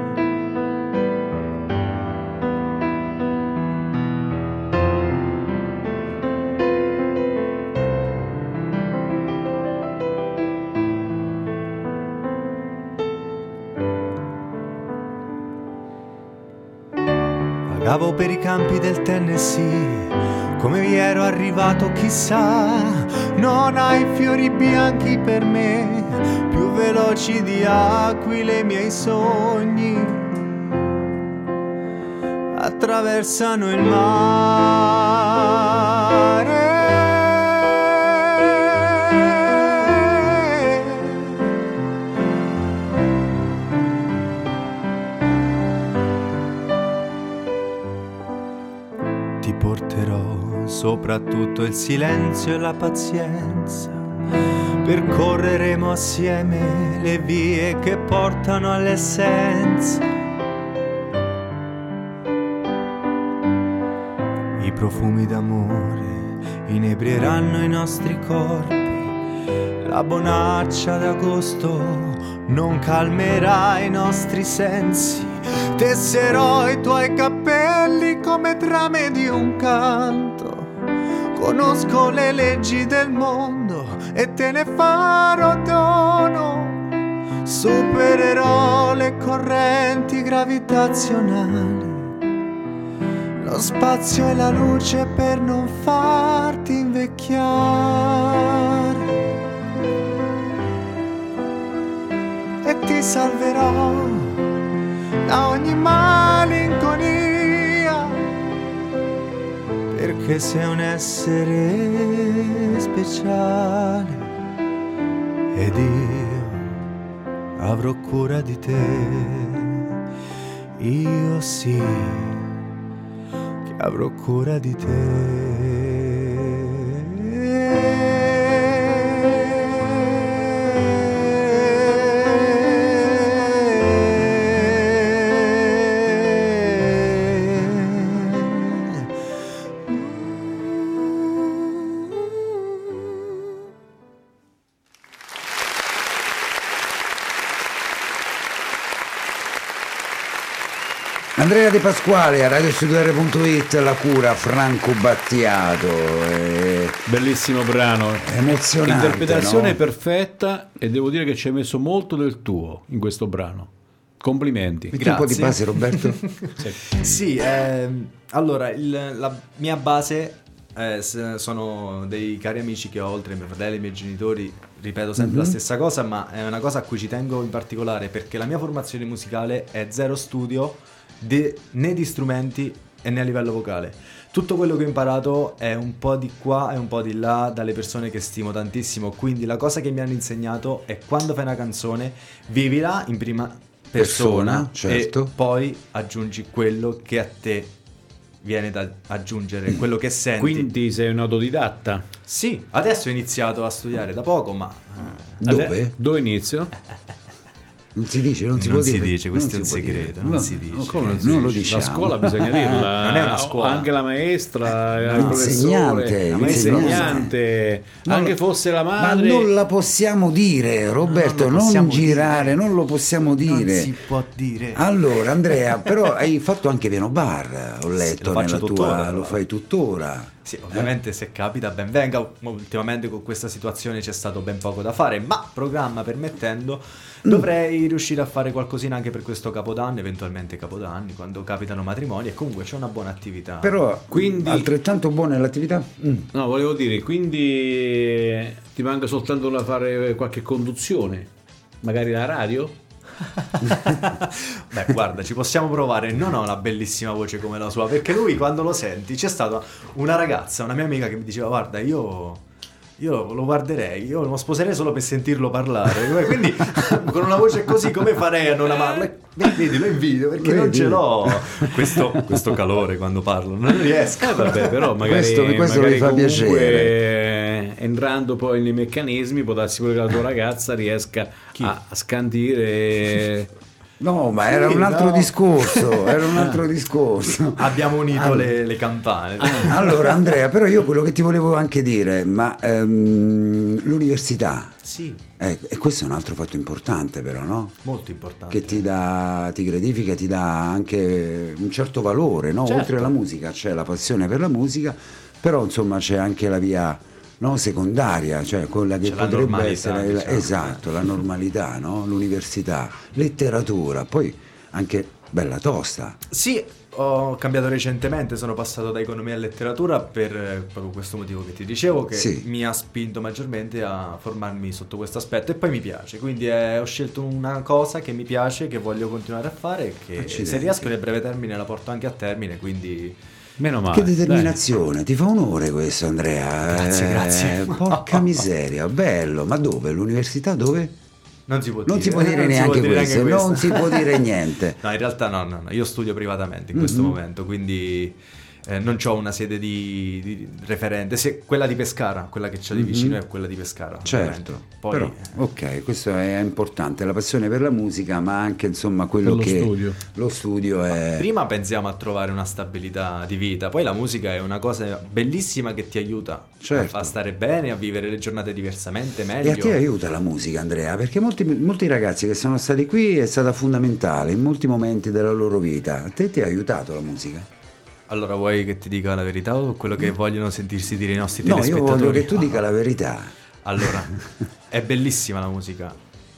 E: Vagavo per i campi del Tennessee, come vi ero arrivato chissà. Non hai fiori bianchi per me, più veloci di aquile i miei sogni attraversano il mare. Ti porterò soprattutto il silenzio e la pazienza, percorreremo assieme le vie che portano all'essenza. I profumi d'amore inebrieranno i nostri corpi, la bonaccia d'agosto non calmerà i nostri sensi. Tesserò i tuoi capelli come trame di un canto, conosco le leggi del mondo e te ne farò dono. Supererò le correnti gravitazionali, lo spazio e la luce per non farti invecchiare. E ti salverò da ogni malinconia, perché sei un essere speciale ed io avrò cura di te. Io sì che avrò cura di te.
D: Andrea De Pasquale a radio studio R punto it, la cura Franco Battiato. eh,
C: Bellissimo brano,
D: Emozionante,
C: interpretazione
D: no?
C: perfetta, e devo dire che ci hai messo molto del tuo in questo brano. Complimenti.
D: Metti un po' di base, Roberto.
C: Sì.
E: Sì, ehm, allora il- la mia base eh, s- sono dei cari amici che ho, oltre ai miei fratelli e ai miei genitori. Ripeto sempre la stessa cosa, ma è una cosa a cui ci tengo in particolare, perché la mia formazione musicale è zero studio de- né di strumenti e né a livello vocale. Tutto quello che ho imparato è un po' di qua e un po' di là dalle persone che stimo tantissimo. Quindi la cosa che mi hanno insegnato è: quando fai una canzone, vivila in prima persona,
D: Persona, certo.
E: e poi aggiungi quello che a te viene da aggiungere, quello che senti.
C: Quindi sei un autodidatta?
E: Sì, adesso ho iniziato a studiare da poco, ma
D: Dove?
C: Ade- Dove inizio?
D: Non si dice, non si
E: non
D: può
E: si
D: dire.
E: dice, questo
D: Non
E: è un
D: si può
E: segreto,
D: dire.
E: non
D: No,
E: si dice.
D: no, come
C: Non
D: non
C: si
D: lo
C: dice.
D: diciamo.
C: La scuola bisogna dirla.
E: Non è una scuola.
C: Anche la maestra, il
D: No,
C: professore,
D: insegnante,
C: la
D: l'insegnante.
C: insegnante,
D: Non
C: anche
D: lo-
C: fosse la
D: Ma
C: madre.
D: non la possiamo dire, Roberto,
E: Non lo
D: non,
E: possiamo
D: girare,
E: dire.
D: non lo possiamo dire.
E: Non si può dire.
D: Allora, Andrea, però hai fatto anche Piano Bar, ho letto
E: lo faccio
D: nella
E: tuttora,
D: tua,
E: però.
D: lo fai tuttora.
E: Sì, ovviamente se capita ben venga, ultimamente con questa situazione c'è stato ben poco da fare, ma programma permettendo dovrei riuscire a fare qualcosina anche per questo Capodanno, eventualmente Capodanni, quando capitano matrimoni, e comunque c'è una buona attività.
D: Però
C: Quindi-
D: altrettanto buona è l'attività? Mm.
C: No, volevo dire, quindi ti manca soltanto da fare qualche conduzione, magari la radio?
E: Beh, guarda, ci possiamo provare. Non ho una bellissima voce come la sua, perché lui quando lo senti, c'è stata una ragazza, una mia amica, che mi diceva: guarda, io io lo guarderei, io lo sposerei solo per sentirlo parlare. Quindi con una voce così come farei a non amarlo? E vedi, lo invidio, perché non
D: Vedi?
E: ce l'ho questo, questo calore quando parlo, non riesco.
C: Eh vabbè, però magari,
D: Questo- questo
C: magari
D: mi fa
C: comunque,
D: piacere.
C: entrando poi nei meccanismi, può darsi pure che la tua ragazza riesca a scandire.
D: No, ma era un altro
C: no.
D: discorso, era un altro discorso.
E: Abbiamo unito le, le campane.
D: Allora Andrea, però io quello che ti volevo anche dire, ma ehm, l'università,
E: Sì,
D: eh, e questo è un altro fatto importante però, no?
E: molto importante.
D: Che ti dà, ti gratifica, ti dà anche un certo valore, no?
C: Certo.
D: Oltre alla musica c'è la passione per la musica, però insomma c'è anche la via, no, secondaria, cioè quella che
E: C'è la
D: potrebbe
E: normalità,
D: essere la-
E: diciamo.
D: esatto, la normalità, no? L'università, letteratura, poi anche bella tosta.
E: Sì, ho cambiato recentemente, sono passato da economia a letteratura per eh, proprio questo motivo che ti dicevo, che
D: Sì.
E: mi ha spinto maggiormente a formarmi sotto questo aspetto, e poi mi piace, quindi eh, ho scelto una cosa che mi piace, che voglio continuare a fare, e che
D: Accidenti.
E: se riesco nel breve termine la porto anche a termine, quindi
C: Meno male.
D: Che determinazione, ti fa onore questo Andrea.
E: Grazie,
D: Eh,
E: grazie.
D: Porca miseria, bello, ma dove? L'università dove?
E: non si può dire.
D: Non si può dire
E: Non si
D: neanche
E: può dire
D: questo,
E: neanche
D: non
E: questo.
D: si può dire niente.
E: No, in realtà no, no, no, io studio privatamente in questo
D: Mhm.
E: momento, quindi eh, non ho una sede di, di referente. Se, quella di Pescara, quella che c'ho di vicino è quella di Pescara.
D: Certo,
E: ovviamente. Poi,
D: però ok, questo è importante, la passione per la musica, ma anche insomma quello
C: Per lo
D: che
C: studio.
D: lo studio è.
E: prima pensiamo a trovare una stabilità di vita, poi la musica è una cosa bellissima che ti aiuta
D: Certo.
E: a stare bene, a vivere le giornate diversamente,
D: E
E: meglio.
D: a te aiuta la musica, Andrea, perché molti, molti ragazzi che sono stati qui è stata fondamentale in molti momenti della loro vita. A te ti ha aiutato la musica?
E: Allora, vuoi che ti dica la verità o quello che vogliono sentirsi dire i nostri
D: No, io
E: telespettatori?
D: voglio che tu dica la verità.
E: Allora, è bellissima la musica,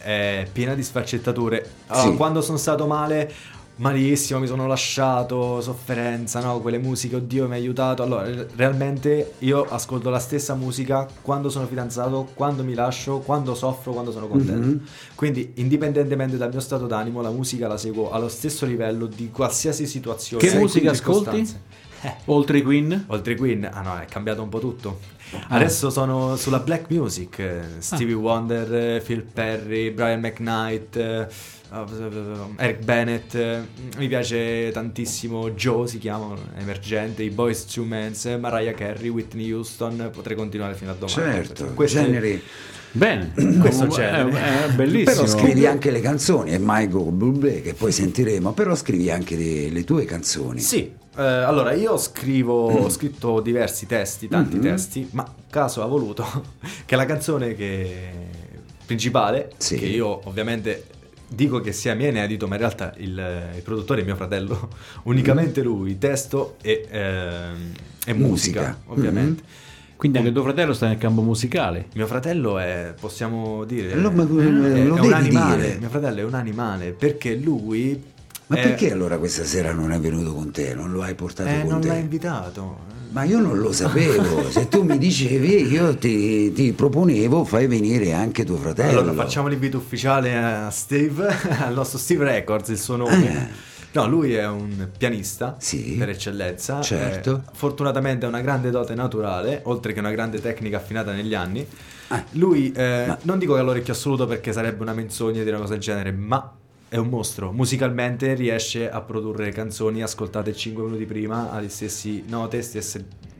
E: è piena di sfaccettature. Allora,
D: Sì.
E: Quando sono stato male, malissimo, mi sono lasciato, sofferenza, no? Quelle musiche, oddio, mi ha aiutato. Allora, realmente io ascolto la stessa musica quando sono fidanzato, quando mi lascio, quando soffro, quando sono contento.
D: Mhm.
E: Quindi, indipendentemente dal mio stato d'animo, la musica la seguo allo stesso livello di qualsiasi situazione.
C: Che
E: Sai,
C: musica
E: quindi
C: ascolti?
E: circostanze. Eh.
C: Oltre i Queen?
E: Oltre i Queen, ah no, è cambiato un po' tutto. Adesso sono sulla black music, eh, Stevie Wonder, eh, Phil Perry, Brian McKnight, eh, uh, Eric Bennett, eh, mi piace tantissimo Joe, si chiama, emergente, i Boyz two Men, Mariah Carey, Whitney Houston, potrei continuare fino a domani.
D: Certo,
E: Queste-
D: generi.
C: Bene,
E: Questo
C: è,
E: genere.
C: è bellissimo.
D: Però scrivi anche le canzoni, è Michael Bublé che poi sentiremo, però scrivi anche le, le tue canzoni.
E: Sì, eh, allora io scrivo, ho scritto diversi testi, tanti
D: Mhm.
E: testi, ma caso ha voluto che la canzone che principale,
D: Sì.
E: che io ovviamente dico che sia mio inedito, ma in realtà il, il produttore è mio fratello, unicamente lui, testo e, ehm, e musica,
D: Musica.
E: ovviamente.
C: Quindi anche tuo fratello sta nel campo musicale.
E: Mio fratello è, possiamo dire,
D: Lo- ma-
E: è,
D: lo
E: è
D: devi
E: un animale,
D: dire.
E: mio fratello è un animale, perché lui...
D: Ma
E: è-
D: perché allora questa sera non è venuto con te? Non lo hai portato
E: eh,
D: con
E: non
D: te?
E: l'ha invitato.
D: Ma io non lo sapevo, se tu mi dicevi io ti, ti proponevo fai venire anche tuo fratello.
E: Allora facciamo l'invito ufficiale a Steve, al nostro Steve Records, il suo nome.
D: Eh.
E: No, lui è un pianista
D: Sì.
E: per eccellenza.
D: Certo.
E: Eh, fortunatamente ha una grande dote naturale, oltre che una grande tecnica affinata negli anni.
D: Ah.
E: Lui, eh,
D: Ma-
E: non dico che ha l'orecchio assoluto perché sarebbe una menzogna dire una cosa del genere, ma è un mostro. Musicalmente riesce a produrre canzoni ascoltate cinque minuti prima, alle stesse note, stesse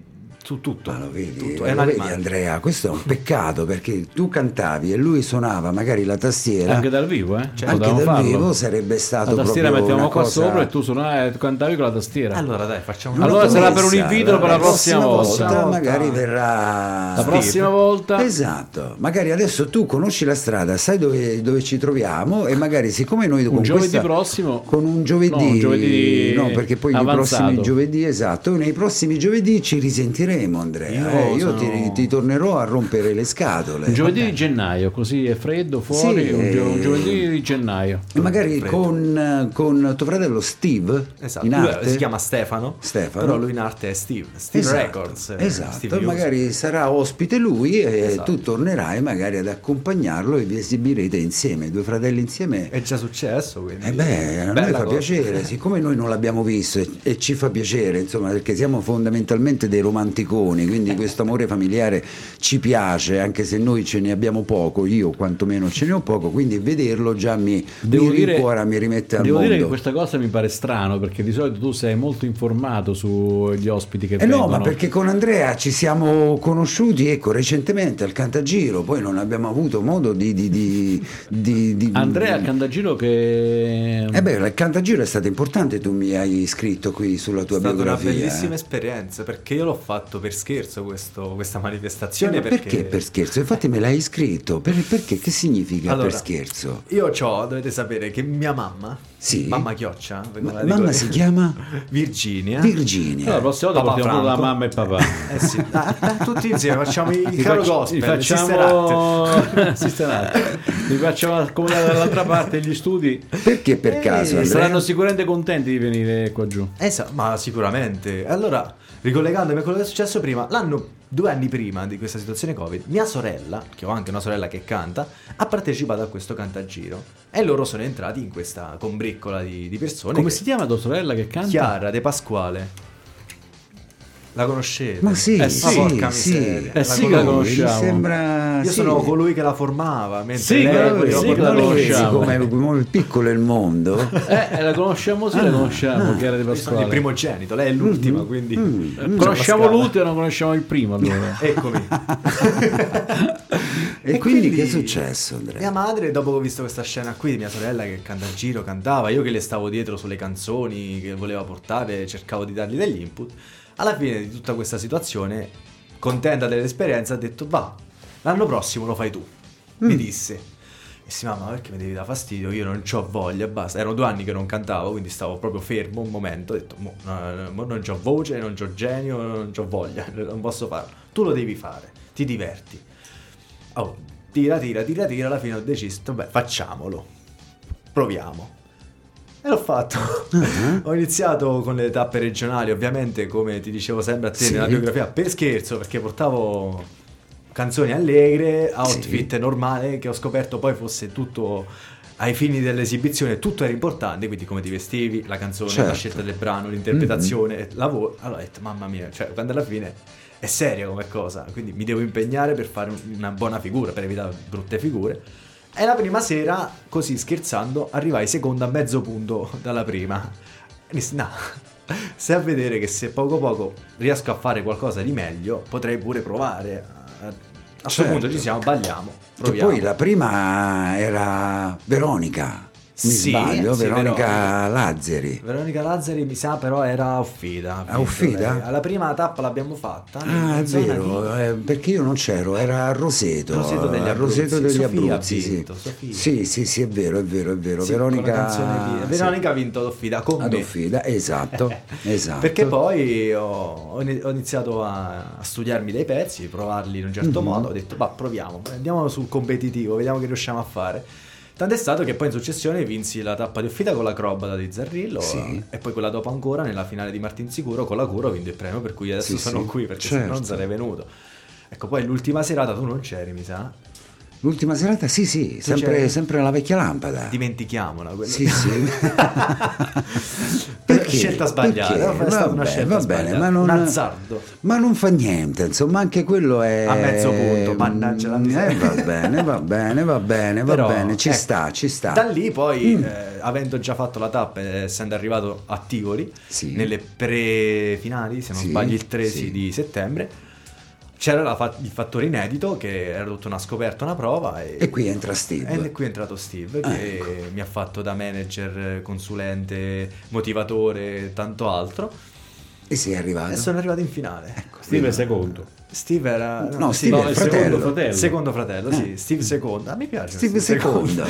E: tu, tutto.
D: Ma lo vedi,
E: tutto.
D: lo
E: È un
D: vedi
E: animale.
D: Andrea, questo è un peccato perché tu cantavi e lui suonava magari la tastiera.
C: Anche dal vivo, eh?
D: Anche
C: Potevamo
D: dal
C: farlo.
D: vivo sarebbe stato
C: La tastiera
D: proprio
C: mettevamo
D: una
C: qua
D: cosa...
C: sopra e tu suonavi e cantavi con la tastiera.
E: Allora dai, facciamo una
C: Allora sarà per un
D: promessa,
C: invito per la prossima volta.
E: volta.
D: magari verrà
C: La prossima volta
D: esatto, magari adesso tu conosci la strada, sai dove, dove ci troviamo e magari siccome noi con
C: un giovedì
D: questa,
C: prossimo
D: con un giovedì
C: no, un giovedì
D: no, perché poi
C: avanzato.
D: nei prossimi giovedì esatto, nei prossimi giovedì ci risentiremo Andrea,
C: Io
D: eh, io
C: sono-
D: ti, ti tornerò a rompere le scatole.
C: un giovedì di gennaio, così è freddo fuori,
D: Sì,
C: un, gio- un
D: eh,
C: giovedì di gennaio.
D: E magari
E: Freddo.
D: con, con tuo fratello Steve
E: Esatto,
D: in
E: lui
D: arte
E: si chiama Stefano,
D: Stefano.
E: però lui in arte è Steve, Steve
D: esatto,
E: Records. eh,
D: esatto,
E: Steve Hughes.
D: magari sarà ospite lui e
E: Esatto.
D: tu tornerai magari ad accompagnarlo e vi esibirete insieme, due fratelli insieme.
E: È già successo, quindi.
D: Eh beh, a noi
E: bella
D: fa
E: cosa.
D: piacere, siccome noi non l'abbiamo visto e, e ci fa piacere, insomma, perché siamo fondamentalmente dei romanticoni, quindi questo amore familiare ci piace, anche se noi ce ne abbiamo poco, io quantomeno ce ne ho poco, quindi vederlo già mi, mi rincuora, mi rimette al
C: devo
D: mondo.
C: dire che questa cosa mi pare strano, perché di solito tu sei molto informato sugli ospiti che
D: Eh
C: vengono.
D: no, ma perché con Andrea ci siamo conosciuti, ecco, recentemente al Cantagiro, poi non abbiamo avuto modo di... di, di, di, di
C: Andrea al Cantagiro che...
D: Eh beh, il Cantagiro è stato importante, tu mi hai scritto qui sulla tua
E: È stata una
D: biografia.
E: bellissima
D: eh.
E: esperienza, perché io l'ho fatto per scherzo questo- questa manifestazione.
D: Ma perché per scherzo? Infatti me l'hai scritto. Per- perché? Che significa
E: Allora,
D: per scherzo?
E: Io c'ho, dovete sapere che mia mamma,
D: Sì.
E: mamma Chioccia, ve
D: Ma-
E: la dico-
D: mamma si chiama
E: Virginia.
D: Virginia.
C: Allora, la prossima volta
E: Papà
C: portiamo la
E: Franco.
C: mamma e papà.
E: Eh sì, ah, ah, tutti insieme facciamo il
C: Li
E: caro
C: facci-
E: gospel,
C: li
E: Sister Act.
C: facciamo Sister Act. Li facciamo accomodare dall'altra parte degli studi.
D: Perché per caso? Andrea?
C: Saranno sicuramente contenti di venire qua giù.
E: Esatto, ma sicuramente. Allora, ricollegandomi a quello che è successo prima, l'anno due anni prima di questa situazione Covid, mia sorella, che ho anche una sorella che canta, ha partecipato a questo cantagiro e loro sono entrati in questa combriccola di, di persone.
C: Come
E: che-
C: si chiama tua sorella che canta?
E: Chiara De Pasquale. La conoscete?
D: Ma sì,
C: Eh
D: sì,
C: sì,
E: porca
D: sì.
E: miseria.
C: Eh sì che la
D: conosci,
C: conosciamo.
D: mi sembra...
E: Io
D: sì.
E: sono colui che la formava, mentre
C: Sì,
E: lei
C: quello-
E: voleva
C: sì,
D: Ma
E: portare-
C: la
D: lo vedi
C: conosciamo.
D: come, come piccolo è il mondo?
C: Eh, la conosciamo, sì, la conosciamo, Chiara De
E: Io sono
C: Pasquale.
E: il primogenito, lei è l'ultima, quindi
C: Eh, Conosciamo l'ultimo e non conosciamo il primo allora.
E: Eccomi.
D: E, quindi, che è successo, Andrea?
E: Mia madre, dopo che ho visto questa scena qui di mia sorella che canta al giro, cantava, io che le stavo dietro sulle canzoni che voleva portare, cercavo di dargli degli input, alla fine di tutta questa situazione, contenta dell'esperienza, ha detto va, l'anno prossimo lo fai tu, mi disse. E sì, mamma, perché mi devi dare fastidio? Io non c'ho voglia, basta. Erano due anni che non cantavo, quindi stavo proprio fermo un momento. Ho detto, mo, no, no, mo non c'ho voce, non c'ho genio, non c'ho voglia, non posso farlo. Tu lo devi fare, ti diverti. Oh, tira, tira, tira, tira, alla fine ho deciso, vabbè, facciamolo, proviamo. E l'ho fatto.
D: Uh-huh.
E: Ho iniziato con le tappe regionali, ovviamente, come ti dicevo sempre a te
D: Sì.
E: nella biografia, per scherzo, perché portavo canzoni allegre, outfit
D: Sì.
E: normale, che ho scoperto poi fosse tutto ai fini dell'esibizione, tutto era importante, quindi come ti vestivi, la canzone,
D: Certo.
E: la scelta del brano, l'interpretazione, lavoro. Allora ho detto, mamma mia, cioè quando alla fine è seria come cosa, quindi mi devo impegnare per fare una buona figura, per evitare brutte figure. E la prima sera, così scherzando, arrivai seconda a mezzo punto dalla prima. E dissi, no, se a vedere che se poco poco riesco a fare qualcosa di meglio, potrei pure provare. A, a questo
D: Certo.
E: punto ci siamo, balliamo,
D: Che
E: proviamo.
D: poi la prima era Veronica, mi
E: Sì,
D: sbaglio,
E: sì,
D: Veronica
E: Veronica.
D: Lazzari.
E: Veronica Lazzari mi sa però era Offida.
D: A Offida?
E: Alla prima tappa l'abbiamo fatta.
D: Ah, è
E: in zona
D: vero,
E: di-
D: eh, perché io non c'ero, era a Roseto.
E: Roseto degli
D: a Roseto
E: Abruzzi.
D: degli
E: Sofia ha
D: Abruzzi, sì.
E: vinto, Sofia.
D: Sì, sì, sì, è vero, è vero, è vero.
E: Sì, con la
D: Veronica,
E: canzone di-
D: sì.
E: Veronica ha vinto Offida con
D: Ad
E: me.
D: Offida, esatto, esatto.
E: Perché poi ho, ho ini- ho iniziato a, a studiarmi dei pezzi, provarli in un certo
D: Mhm.
E: modo, ho detto, va, proviamo, andiamo sul competitivo, vediamo che riusciamo a fare. Tanto è stato che poi in successione vinsi la tappa di Offida con l'acrobata di Zarrillo,
D: Sì.
E: e poi quella dopo ancora nella finale di Martinsicuro con la Curo ho vinto il premio, per cui adesso
D: Sì,
E: sono
D: sì,
E: qui, perché se
D: certo.
E: non sarei venuto. Ecco, poi l'ultima serata tu non c'eri, mi sa.
D: L'ultima serata, sì, sì, sempre,
E: c'eri?
D: sempre la vecchia lampada.
E: Dimentichiamola quella.
D: Sì, sì.
E: Perché? Scelta sbagliata,
D: Perché?
E: è stata
D: Va
E: una
D: bene,
E: scelta
D: va bene,
E: sbagliata,
D: ma non,
E: un azzardo.
D: ma non fa niente, insomma, anche quello è
E: A mezzo punto, mannaggia la miseria.
D: Eh, va bene, va bene, va bene, va
E: Però,
D: bene, ci
E: ecco,
D: sta, ci sta.
E: Da lì poi,
D: Mm.
E: eh, avendo già fatto la tappa, e essendo arrivato a Tivoli,
D: Sì.
E: nelle pre-finali, se non
D: Sì,
E: sbaglio il tre
D: sì.
E: di settembre, c'era la fa- il fattore inedito, che era tutta una scoperta, una prova, e,
D: E qui entra Steve.
E: e qui è entrato Steve, che
D: Ecco.
E: mi ha fatto da manager, consulente, motivatore, tanto altro,
D: E sei arrivato.
E: e sono arrivato in finale.
C: Steve è secondo.
E: Steve era
D: No,
E: sì,
D: Steve
C: no,
D: è il
C: il
D: fratello.
C: secondo fratello.
E: secondo fratello, sì,
D: Eh.
E: Steve secondo. Ah, mi piace
D: Steve secondo.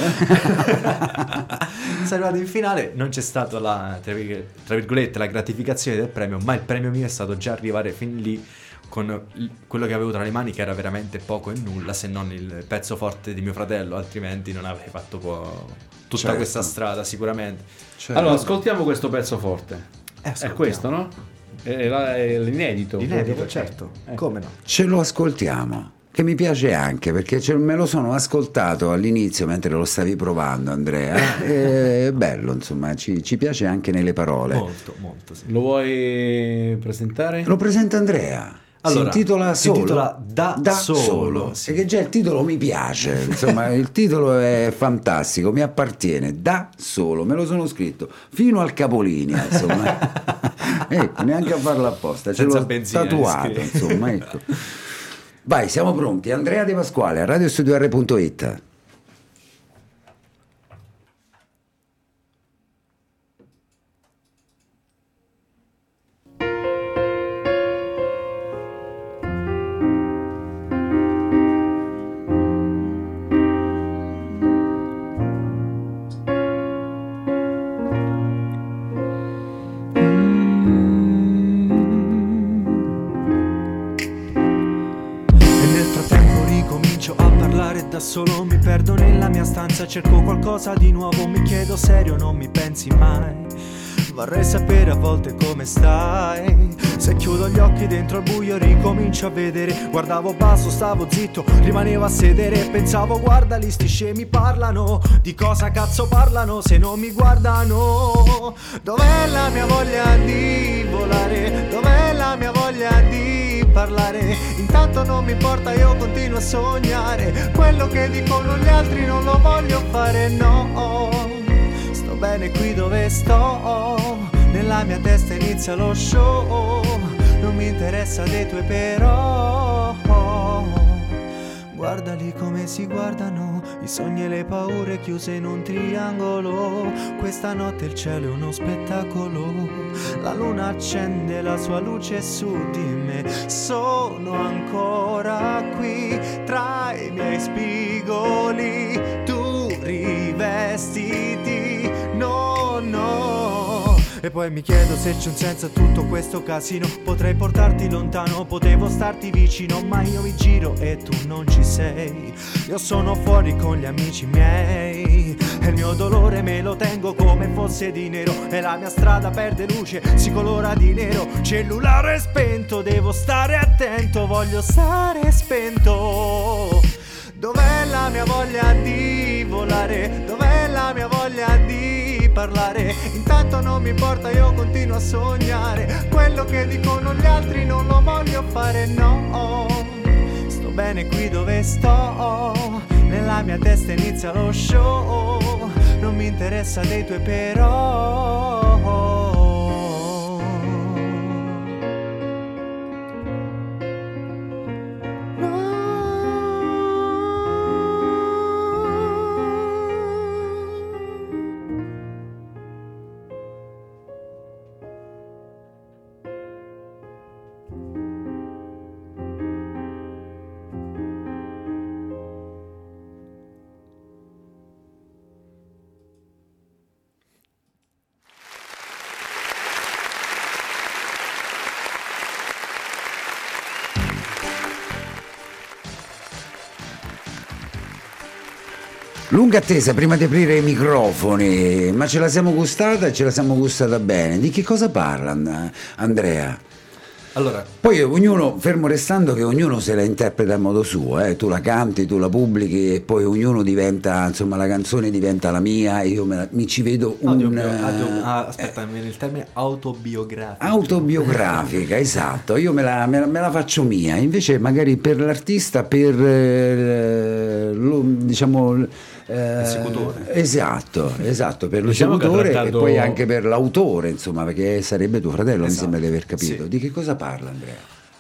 E: Sono arrivato in finale, non c'è stata la, tra virg- tra virgolette, la gratificazione del premio, ma il premio mio è stato già arrivare fin lì con il- quello che avevo tra le mani, che era veramente poco e nulla, se non il pezzo forte di mio fratello, altrimenti non avrei fatto po- tutta
D: Certo.
E: questa strada sicuramente.
D: Cioè,
C: Allora, ascoltiamo questo pezzo forte.
E: Eh,
C: È
E: ascoltiamo.
C: questo, no? È, la- è l'inedito.
E: L'inedito,
C: Perché-
E: certo,
C: eh.
E: come no?
D: ce lo ascoltiamo, che mi piace anche perché ce- me lo sono ascoltato all'inizio mentre lo stavi provando, Andrea. È bello, insomma, ci, ci piace anche nelle parole.
E: Molto, molto, sì.
C: Lo vuoi presentare?
D: Lo presenta Andrea.
E: Allora,
D: si intitola
E: si
D: solo,
E: intitola Da Solo, sì.
D: E che già il titolo mi piace, insomma il titolo è fantastico, mi appartiene, Da Solo, me lo sono scritto fino al capolinea, insomma. Ecco, neanche a farlo apposta, ce
E: Senza
D: l'ho
E: benzina,
D: tatuato,
E: scrivi.
D: insomma, ecco. Vai, siamo pronti. Andrea De Pasquale a radio studio r punto it.
F: E nel frattempo ricomincio a parlare da solo, mi perdo nella mia stanza, cerco qualcosa di nuovo, mi chiedo serio, non mi pensi mai? Vorrei sapere a volte come stai. Se chiudo gli occhi dentro al buio ricomincio a vedere. Guardavo basso, stavo zitto, rimanevo a sedere. Pensavo guarda lì sti scemi parlano. Di cosa cazzo parlano se non mi guardano? Dov'è la mia voglia di volare? Dov'è la mia voglia di parlare? Intanto non mi importa, io continuo a sognare. Quello che dicono gli altri non lo voglio fare, no. Sto bene qui dove sto, nella mia testa inizia lo show, non mi interessa dei tuoi però. Guarda lì come si guardano, i sogni e le paure chiuse in un triangolo. Questa notte il cielo è uno spettacolo, la luna accende la sua luce su di me. Sono ancora qui tra i miei spigoli, tu rivestiti, no, no. E poi mi chiedo se c'è un senso a tutto questo casino. Potrei portarti lontano, potevo starti vicino, ma io mi giro e tu non ci sei. Io sono fuori con gli amici miei e il mio dolore me lo tengo come fosse di nero. E la mia strada perde luce, si colora di nero. Cellulare spento, devo stare attento, voglio stare spento. Dov'è la mia voglia di volare? Dov'è la mia voglia di parlare? Intanto non mi importa, io continuo a sognare. Quello che dicono gli altri non lo voglio fare, no. Sto bene qui dove sto, nella mia testa inizia lo show, non mi interessa dei tuoi però.
D: Lunga attesa prima di aprire i microfoni, ma ce la siamo gustata e ce la siamo gustata bene. Di che cosa parla And- Andrea?
E: Allora,
D: Poi ognuno, fermo restando che ognuno se la interpreta a modo suo, eh? Tu la canti, tu la pubblichi e poi ognuno diventa, insomma la canzone diventa la mia e io me la- mi ci vedo un...
E: audio, audio,
D: eh,
E: ah, aspetta, mi viene il termine autobiografico.
D: autobiografica, esatto, io me la, me la- me la faccio mia, invece magari per l'artista, per eh, lo, diciamo eh,
E: L'esecutore.
D: esatto, esatto, per
C: Diciamo che ha
D: l'esecutore
C: trattato-
D: e poi anche per l'autore, insomma, perché sarebbe tuo fratello, mi
E: Esatto,
D: sembra di aver capito.
E: sì.
D: Di che cosa parla Andrea?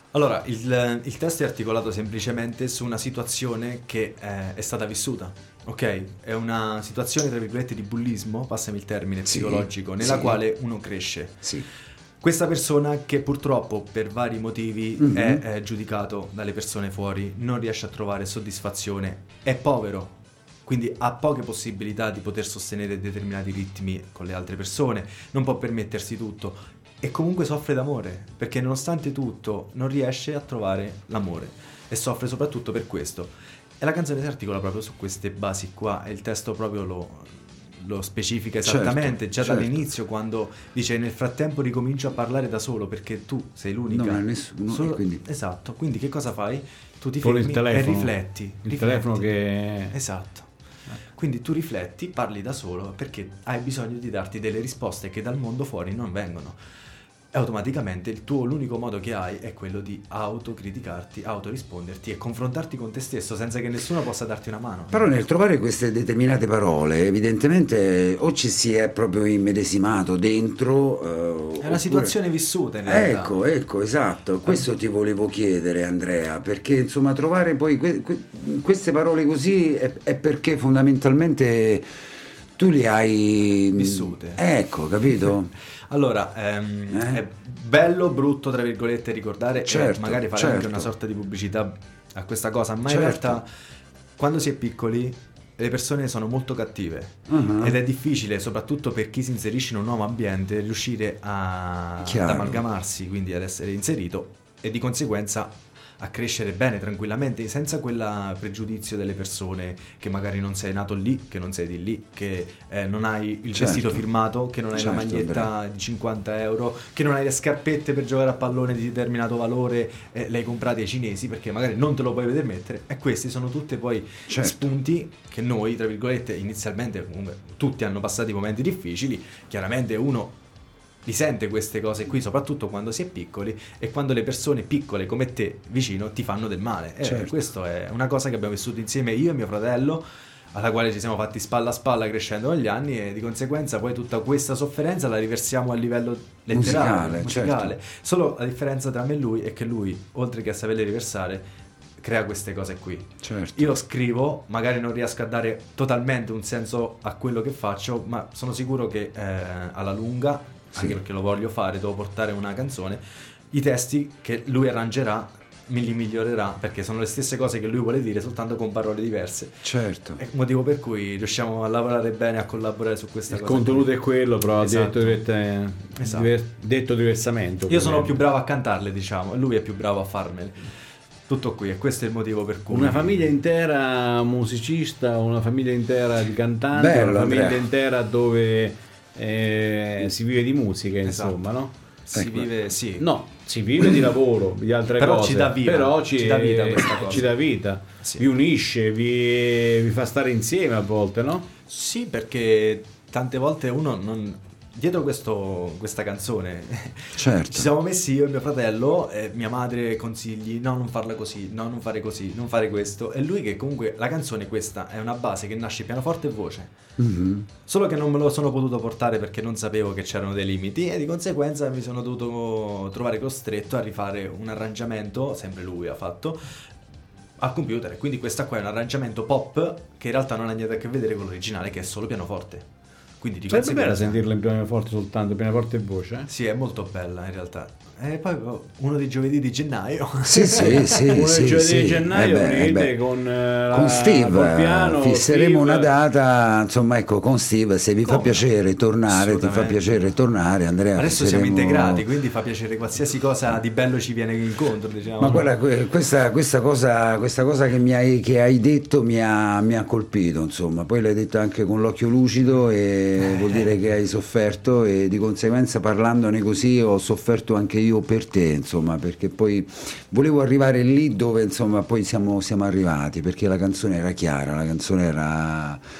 E: Allora, il, il testo è articolato semplicemente su una situazione che eh, è stata vissuta, ok? È una situazione, tra virgolette, di bullismo, passami il termine,
D: Sì,
E: psicologico, nella
D: sì.
E: quale uno cresce.
D: Sì.
E: Questa persona che purtroppo per vari motivi
D: Mhm.
E: è, è giudicato dalle persone fuori, non riesce a trovare soddisfazione, è povero, quindi ha poche possibilità di poter sostenere determinati ritmi con le altre persone, non può permettersi tutto e comunque soffre d'amore, perché nonostante tutto non riesce a trovare l'amore e soffre soprattutto per questo. E la canzone si articola proprio su queste basi qua e il testo proprio lo, lo specifica esattamente,
D: Certo,
E: già
D: certo.
E: dall'inizio, quando dice nel frattempo ricomincio a parlare da solo perché tu sei l'unica.
D: Non ha nessuno,
E: Solo-
D: e quindi-
E: Esatto, quindi che cosa fai? Tu ti
C: Con
E: fermi
C: il telefono.
E: e rifletti.
C: Il
E: rifletti.
C: telefono che...
E: Esatto. Quindi tu rifletti, parli da solo perché hai bisogno di darti delle risposte che dal mondo fuori non vengono. E automaticamente il tuo l'unico modo che hai è quello di autocriticarti, autorisponderti e confrontarti con te stesso senza che nessuno possa darti una mano.
D: Però nel trovare queste determinate parole, evidentemente o ci si è proprio immedesimato dentro. eh,
E: È
D: oppure-
E: una situazione vissuta in realtà.
D: Ecco, ecco, esatto. Questo ti volevo chiedere, Andrea, perché insomma trovare poi que- que- queste parole così è, è perché fondamentalmente tu li hai
E: Vissute.
D: Ecco, capito?
E: Allora, ehm,
D: Eh?
E: è bello, brutto, tra virgolette, ricordare
D: Certo,
E: e magari fare
D: certo.
E: anche una sorta di pubblicità a questa cosa, ma in
D: Certo.
E: realtà quando si è piccoli le persone sono molto cattive
D: Mhm.
E: ed è difficile, soprattutto per chi si inserisce in un nuovo ambiente, riuscire a, ad
D: Chiaro.
E: amalgamarsi, quindi ad essere inserito e di conseguenza a crescere bene, tranquillamente, senza quel pregiudizio delle persone che magari non sei nato lì, che non sei di lì, che eh, non hai il
D: Certo.
E: vestito firmato, che non hai
D: Certo,
E: la maglietta
D: Andrea.
E: di cinquanta euro, che non hai le scarpette per giocare a pallone di determinato valore, eh, le hai comprate ai cinesi perché magari non te lo puoi permettere. E questi sono tutte poi
D: Certo.
E: spunti che noi, tra virgolette, inizialmente comunque tutti hanno passato momenti difficili, chiaramente uno li sente queste cose qui, soprattutto quando si è piccoli e quando le persone piccole come te vicino ti fanno del male. E
D: Certo.
E: questo è una cosa che abbiamo vissuto insieme io e mio fratello, alla quale ci siamo fatti spalla a spalla crescendo negli anni e di conseguenza poi tutta questa sofferenza la riversiamo a livello letterale,
D: Musicale,
E: musicale.
D: certo.
E: Solo la differenza tra me e lui è che lui, oltre che a saperle riversare, crea queste cose qui.
D: Certo.
E: Io scrivo, magari non riesco a dare totalmente un senso a quello che faccio, ma sono sicuro che eh, alla lunga,
D: Sì.
E: anche perché lo voglio fare, devo portare una canzone, i testi che lui arrangerà me li migliorerà perché sono le stesse cose che lui vuole dire, soltanto con parole diverse.
D: Certo.
E: È il motivo per cui riusciamo a lavorare bene, a collaborare su questa
C: Il
E: cosa.
C: contenuto è quello, però
E: Esatto.
C: detto, dirette-
E: Esatto.
C: diver- detto diversamente.
E: Io sono
C: ovviamente.
E: più bravo a cantarle, diciamo, e lui è più bravo a farmele. Tutto qui, e questo è il motivo per cui...
C: Una famiglia intera musicista, una famiglia intera di cantanti,
D: Bello,
C: una famiglia
D: Andrea.
C: intera dove eh, si vive di musica,
E: Esatto.
C: insomma, no?
E: Si
D: Ecco.
E: vive, sì.
C: No, si vive di lavoro, di altre
E: Però
C: cose.
E: ci dà vita,
C: Però ci,
E: ci dà vita questa cosa.
C: ci dà vita,
E: Sì.
C: vi unisce, vi, vi fa stare insieme a volte, no?
E: Sì, perché tante volte uno non... Dietro questo, questa canzone
D: Certo.
E: ci siamo messi io e mio fratello, e mia madre consigli, no non farla così, no non fare così, non fare questo, e lui che comunque la canzone questa è una base che nasce pianoforte e voce,
D: Mhm.
E: solo che non me lo sono potuto portare perché non sapevo che c'erano dei limiti e di conseguenza mi sono dovuto trovare costretto a rifare un arrangiamento, sempre lui ha fatto, al computer, e quindi questa qua è un arrangiamento pop che in realtà non ha niente a che vedere con l'originale, che è solo pianoforte. Quindi di
C: Sarebbe bella
E: conseguenza...
C: sentirla in pianoforte soltanto, pianoforte e voce. eh?
E: Sì, è molto bella in realtà. E poi oh, uno dei giovedì di gennaio.
D: Sì, sì, sì,
C: Uno
D: sì,
C: del giovedì
D: sì.
C: di gennaio
D: Eh beh, eh
C: venite
D: beh.
C: con, eh, la-
D: Con Steve
C: col piano,
D: fisseremo
C: Steve.
D: una data, insomma, ecco, con Steve, se vi fa
E: Come?
D: piacere tornare, ti fa
E: Assolutamente.
D: piacere tornare, Andrea.
E: Adesso siamo
D: fisseremo-
E: integrati, quindi fa piacere qualsiasi cosa di bello ci viene incontro, diciamo.
D: Ma guarda, que- questa, questa, cosa, questa cosa che, mi hai, che hai detto mi ha, mi ha colpito, insomma, poi l'hai detto anche con l'occhio lucido e vuol dire che hai sofferto e di conseguenza parlandone così ho sofferto anche io per te, insomma, perché poi volevo arrivare lì dove insomma poi siamo, siamo arrivati, perché la canzone era chiara, la canzone era...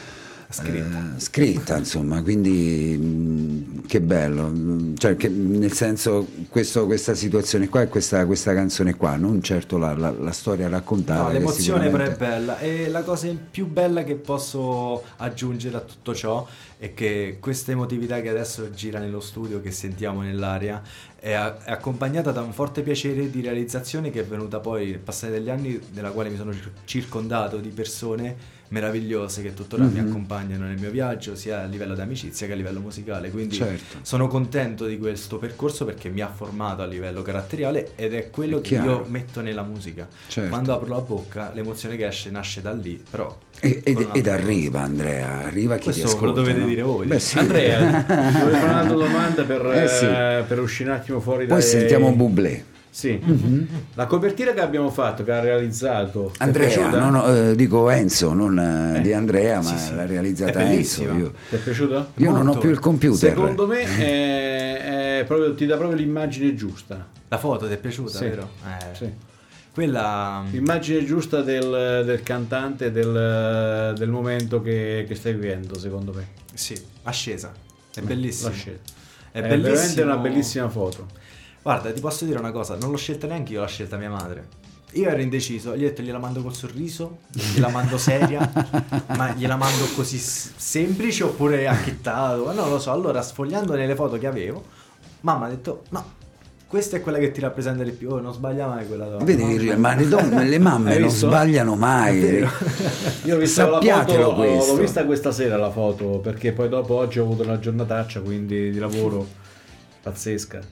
E: Scritta.
D: eh, scritta, insomma, quindi mh, che bello, cioè, che, nel senso questo, questa situazione qua e questa, questa canzone qua, non certo la, la, la storia raccontata.
E: No, l'emozione
D: sicuramente...
E: però è bella, e la cosa più bella che posso aggiungere a tutto ciò è che questa emotività che adesso gira nello studio, che sentiamo nell'aria, è, a- è accompagnata da un forte piacere di realizzazione che è venuta poi nel passare degli anni, nella quale mi sono cir- circondato di persone meravigliose che tuttora
D: Mhm.
E: mi accompagnano nel mio viaggio, sia a livello di amicizia che a livello musicale, quindi
D: Certo.
E: sono contento di questo percorso perché mi ha formato a livello caratteriale ed è quello
D: È
E: che
D: chiaro.
E: io metto nella musica.
D: Certo.
E: Quando apro la bocca, l'emozione che esce nasce da lì, però
D: E- ed,
E: con
D: ed
E: un'altra
D: arriva Andrea, arriva chi
E: Questo
D: ti ascolta.
E: lo dovete
D: no?
E: dire voi.
D: Beh, sì.
C: Andrea, volevo fare un'altra domanda per,
D: Eh, sì.
C: eh, per uscire un attimo fuori
D: Poi
C: dai...
D: sentiamo Bublé.
C: Sì. La copertina che abbiamo fatto, che ha realizzato, ti è
D: Andrea,
C: piaciuta?
D: no, no, eh, dico Enzo, non eh,
C: Eh,
D: di Andrea, ma
E: sì, sì.
D: l'ha realizzata
E: È
D: Enzo.
E: bellissima.
D: Io,
C: Ti è piaciuta?
D: io non ho
E: Molto.
D: più il computer.
C: Secondo me è, è proprio, ti dà proprio l'immagine giusta.
E: La foto ti è piaciuta,
C: Sì.
E: vero? Eh,
C: Sì.
E: Quella
C: L'immagine giusta del, del cantante, del, del momento che, che stai vivendo, secondo me.
E: sì, ascesa. È bellissima.
C: La scelta.
E: È,
C: È
E: bellissimo.
C: veramente una bellissima foto.
E: Guarda, ti posso dire una cosa, non l'ho scelta neanche io, l'ha scelta mia madre. Io ero indeciso, gli ho detto gliela mando col sorriso, gliela mando seria, ma gliela mando così s- semplice oppure acchittato, ma non lo so. Allora, sfogliando nelle foto che avevo, mamma ha detto no, questa è quella che ti rappresenta di più, oh, non sbaglia mai quella donna.
D: Vedi,
E: No,
D: ma le, donne, le mamme
C: Hai
D: non
C: visto?
D: sbagliano mai.
C: Io ho visto la
D: Sappiatelo
C: foto, l'ho-
D: questo.
C: l'ho vista questa sera la foto, perché poi dopo oggi ho avuto una giornataccia, quindi di lavoro pazzesca.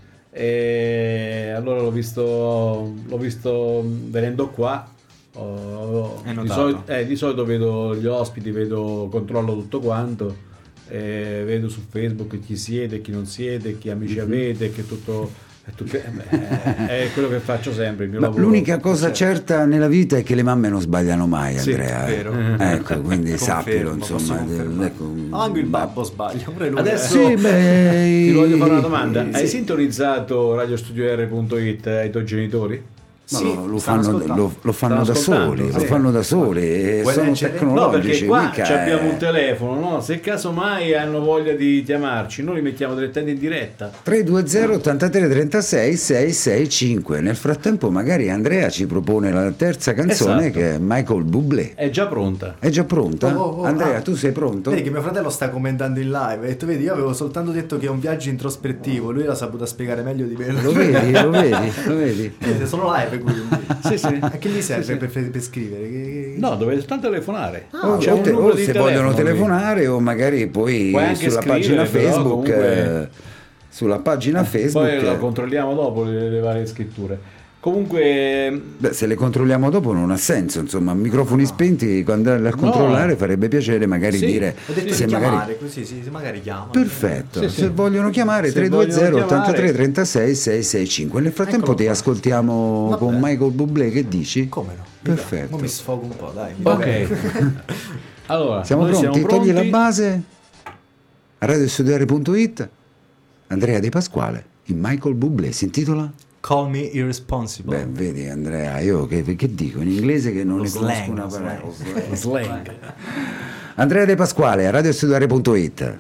C: E allora l'ho visto, l'ho visto venendo qua. Ho-
E: Hai
C: di,
E: notato?
C: solito, eh, di solito vedo gli ospiti, vedo, controllo tutto quanto, eh, vedo su Facebook chi siede, chi non siede, chi amici avete, che tutto. È, tutto- eh, beh, è quello che faccio sempre. Il mio
D: Ma
C: lavoro.
D: l'unica cosa
C: Cioè,
D: certa nella vita è che le mamme non sbagliano mai,
C: Sì,
D: Andrea. eh.
E: vero.
D: Ecco, quindi
E: Confermo,
D: sappilo,
E: posso
D: insomma.
E: confermare.
D: Ecco,
E: Anche il babbo sbaglia, pure lui.
C: Adesso
D: Sì, beh,
C: ti voglio fare una domanda.
D: sì.
C: Hai sintonizzato radiostudio R punto it ai tuoi genitori?
D: Ma
E: Sì,
D: lo, lo
E: stanno
D: fanno,
E: ascoltando.
D: lo, lo fanno
C: Stanno
D: da
C: ascoltando,
D: soli, lo
C: sì.
D: fanno da soli, e
E: Vuoi
D: sono
E: leggere?
C: No,
D: tecnologici.
C: perché qua
D: mica
C: ci abbiamo
D: è-
C: un telefono, no? Se casomai hanno voglia di chiamarci, noi li mettiamo direttamente in diretta.
D: tre due zero ottantatré trentasei seicentosessantacinque. Nel frattempo magari Andrea ci propone la terza canzone,
C: Esatto.
D: che è Michael Bublé.
C: È già pronta.
D: È già pronta?
E: Oh, oh, oh,
D: Andrea,
E: ah.
D: tu sei pronto?
E: Vedi che mio fratello sta commentando in live. Ha detto, vedi, io avevo soltanto detto che è un viaggio introspettivo. Lui l'ha saputo spiegare meglio di me.
D: Lo vedi, lo vedi, lo vedi.
E: Siete solo live, quindi.
C: Sì, sì.
E: A che gli serve
C: Sì, sì.
E: Per, per scrivere? Che- che-
C: No, dovete soltanto telefonare.
D: O,
C: C'è
D: o
C: un
D: te-
C: numero
D: o
C: di
D: se
C: telefono
D: vogliono
C: qui.
D: telefonare, o magari poi
C: Puoi anche
D: sulla
C: scrivere,
D: pagina
C: però,
D: Facebook,
C: comunque-
D: eh, sulla pagina Facebook.
C: Poi la
D: eh,
C: controlliamo dopo le, le varie scritture. Comunque,
D: Beh, se le controlliamo dopo non ha senso, insomma, microfoni spenti, quando andare a controllare farebbe piacere magari
C: Sì.
D: dire
E: Ho detto
D: se
E: di
D: magari...
E: chiamare, così sì, se magari chiama.
D: Perfetto,
C: Sì, sì.
D: se vogliono chiamare
C: Se
D: tre due zero
C: vogliono
D: ottantatré
C: chiamare-
D: trentasei seicentosessantacinque. Nel frattempo
E: Eccolo
D: ti
E: qua.
D: ascoltiamo
E: Vabbè.
D: con Michael Bublé, che dici?
E: Come no?
D: Perfetto.
E: Mo mi sfogo un po', dai. mi
C: ok.
E: dai.
C: Allora,
D: Siamo
C: noi
D: pronti?
C: siamo
D: Togli la
C: pronti.
D: base a radiostudio punto it. Andrea De Pasquale in Michael Bublé, si intitola?
E: Call me irresponsible.
D: Beh, vedi Andrea, io che, che dico in inglese che non
E: Lo
D: ne
E: slang,
D: conosco una
E: lo
D: parola.
E: slang.
D: Lo slang.
C: Slang.
D: Andrea De Pasquale a radiostudio punto it.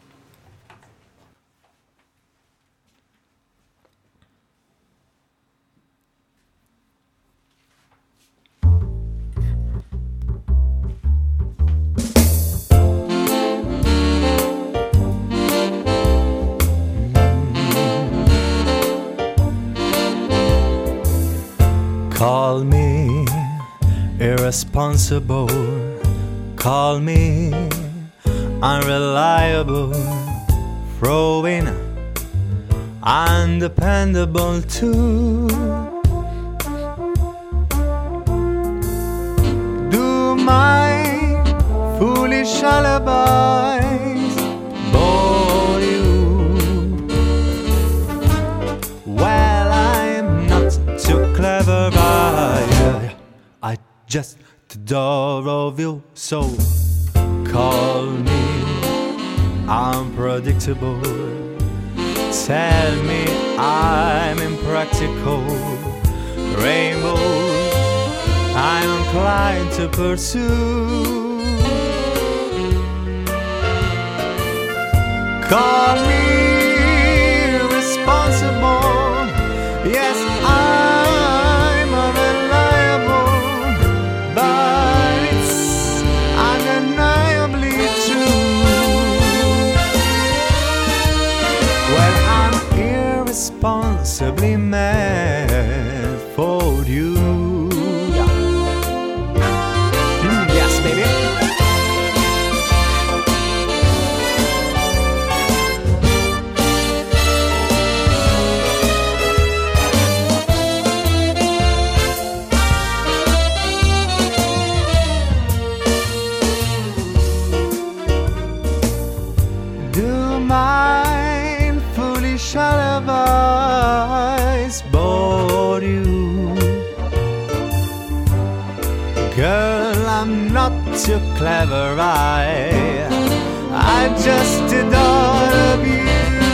F: Call me irresponsible. Call me unreliable. Throwing undependable too. Do my foolish alibis bore you? Well, I'm not too clever, I, I just adore of you. So call me unpredictable. Tell me I'm impractical. Rainbows I'm inclined to pursue. Call me irresponsible. Yes, I'm unreliable, but it's undeniably true. Well, I'm irresponsibly mad for you. Yeah. Mm, yes, baby. My foolish alibis bore you. Girl, I'm not too clever, I I just adore you.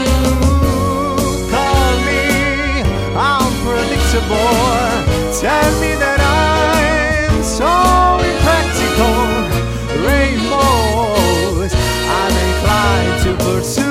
F: Call me unpredictable, tell me that I'm so impractical. Rainbows I'm inclined to pursue.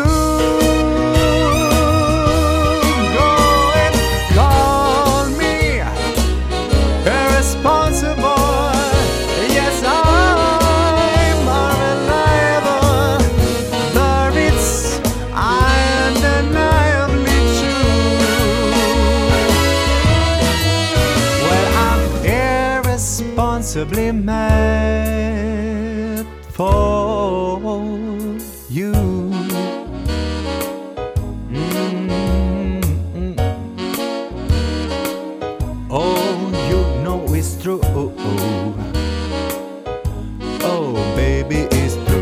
F: Possibly mad for you. Mm-hmm. Oh, you know it's true. Oh, baby, it's true.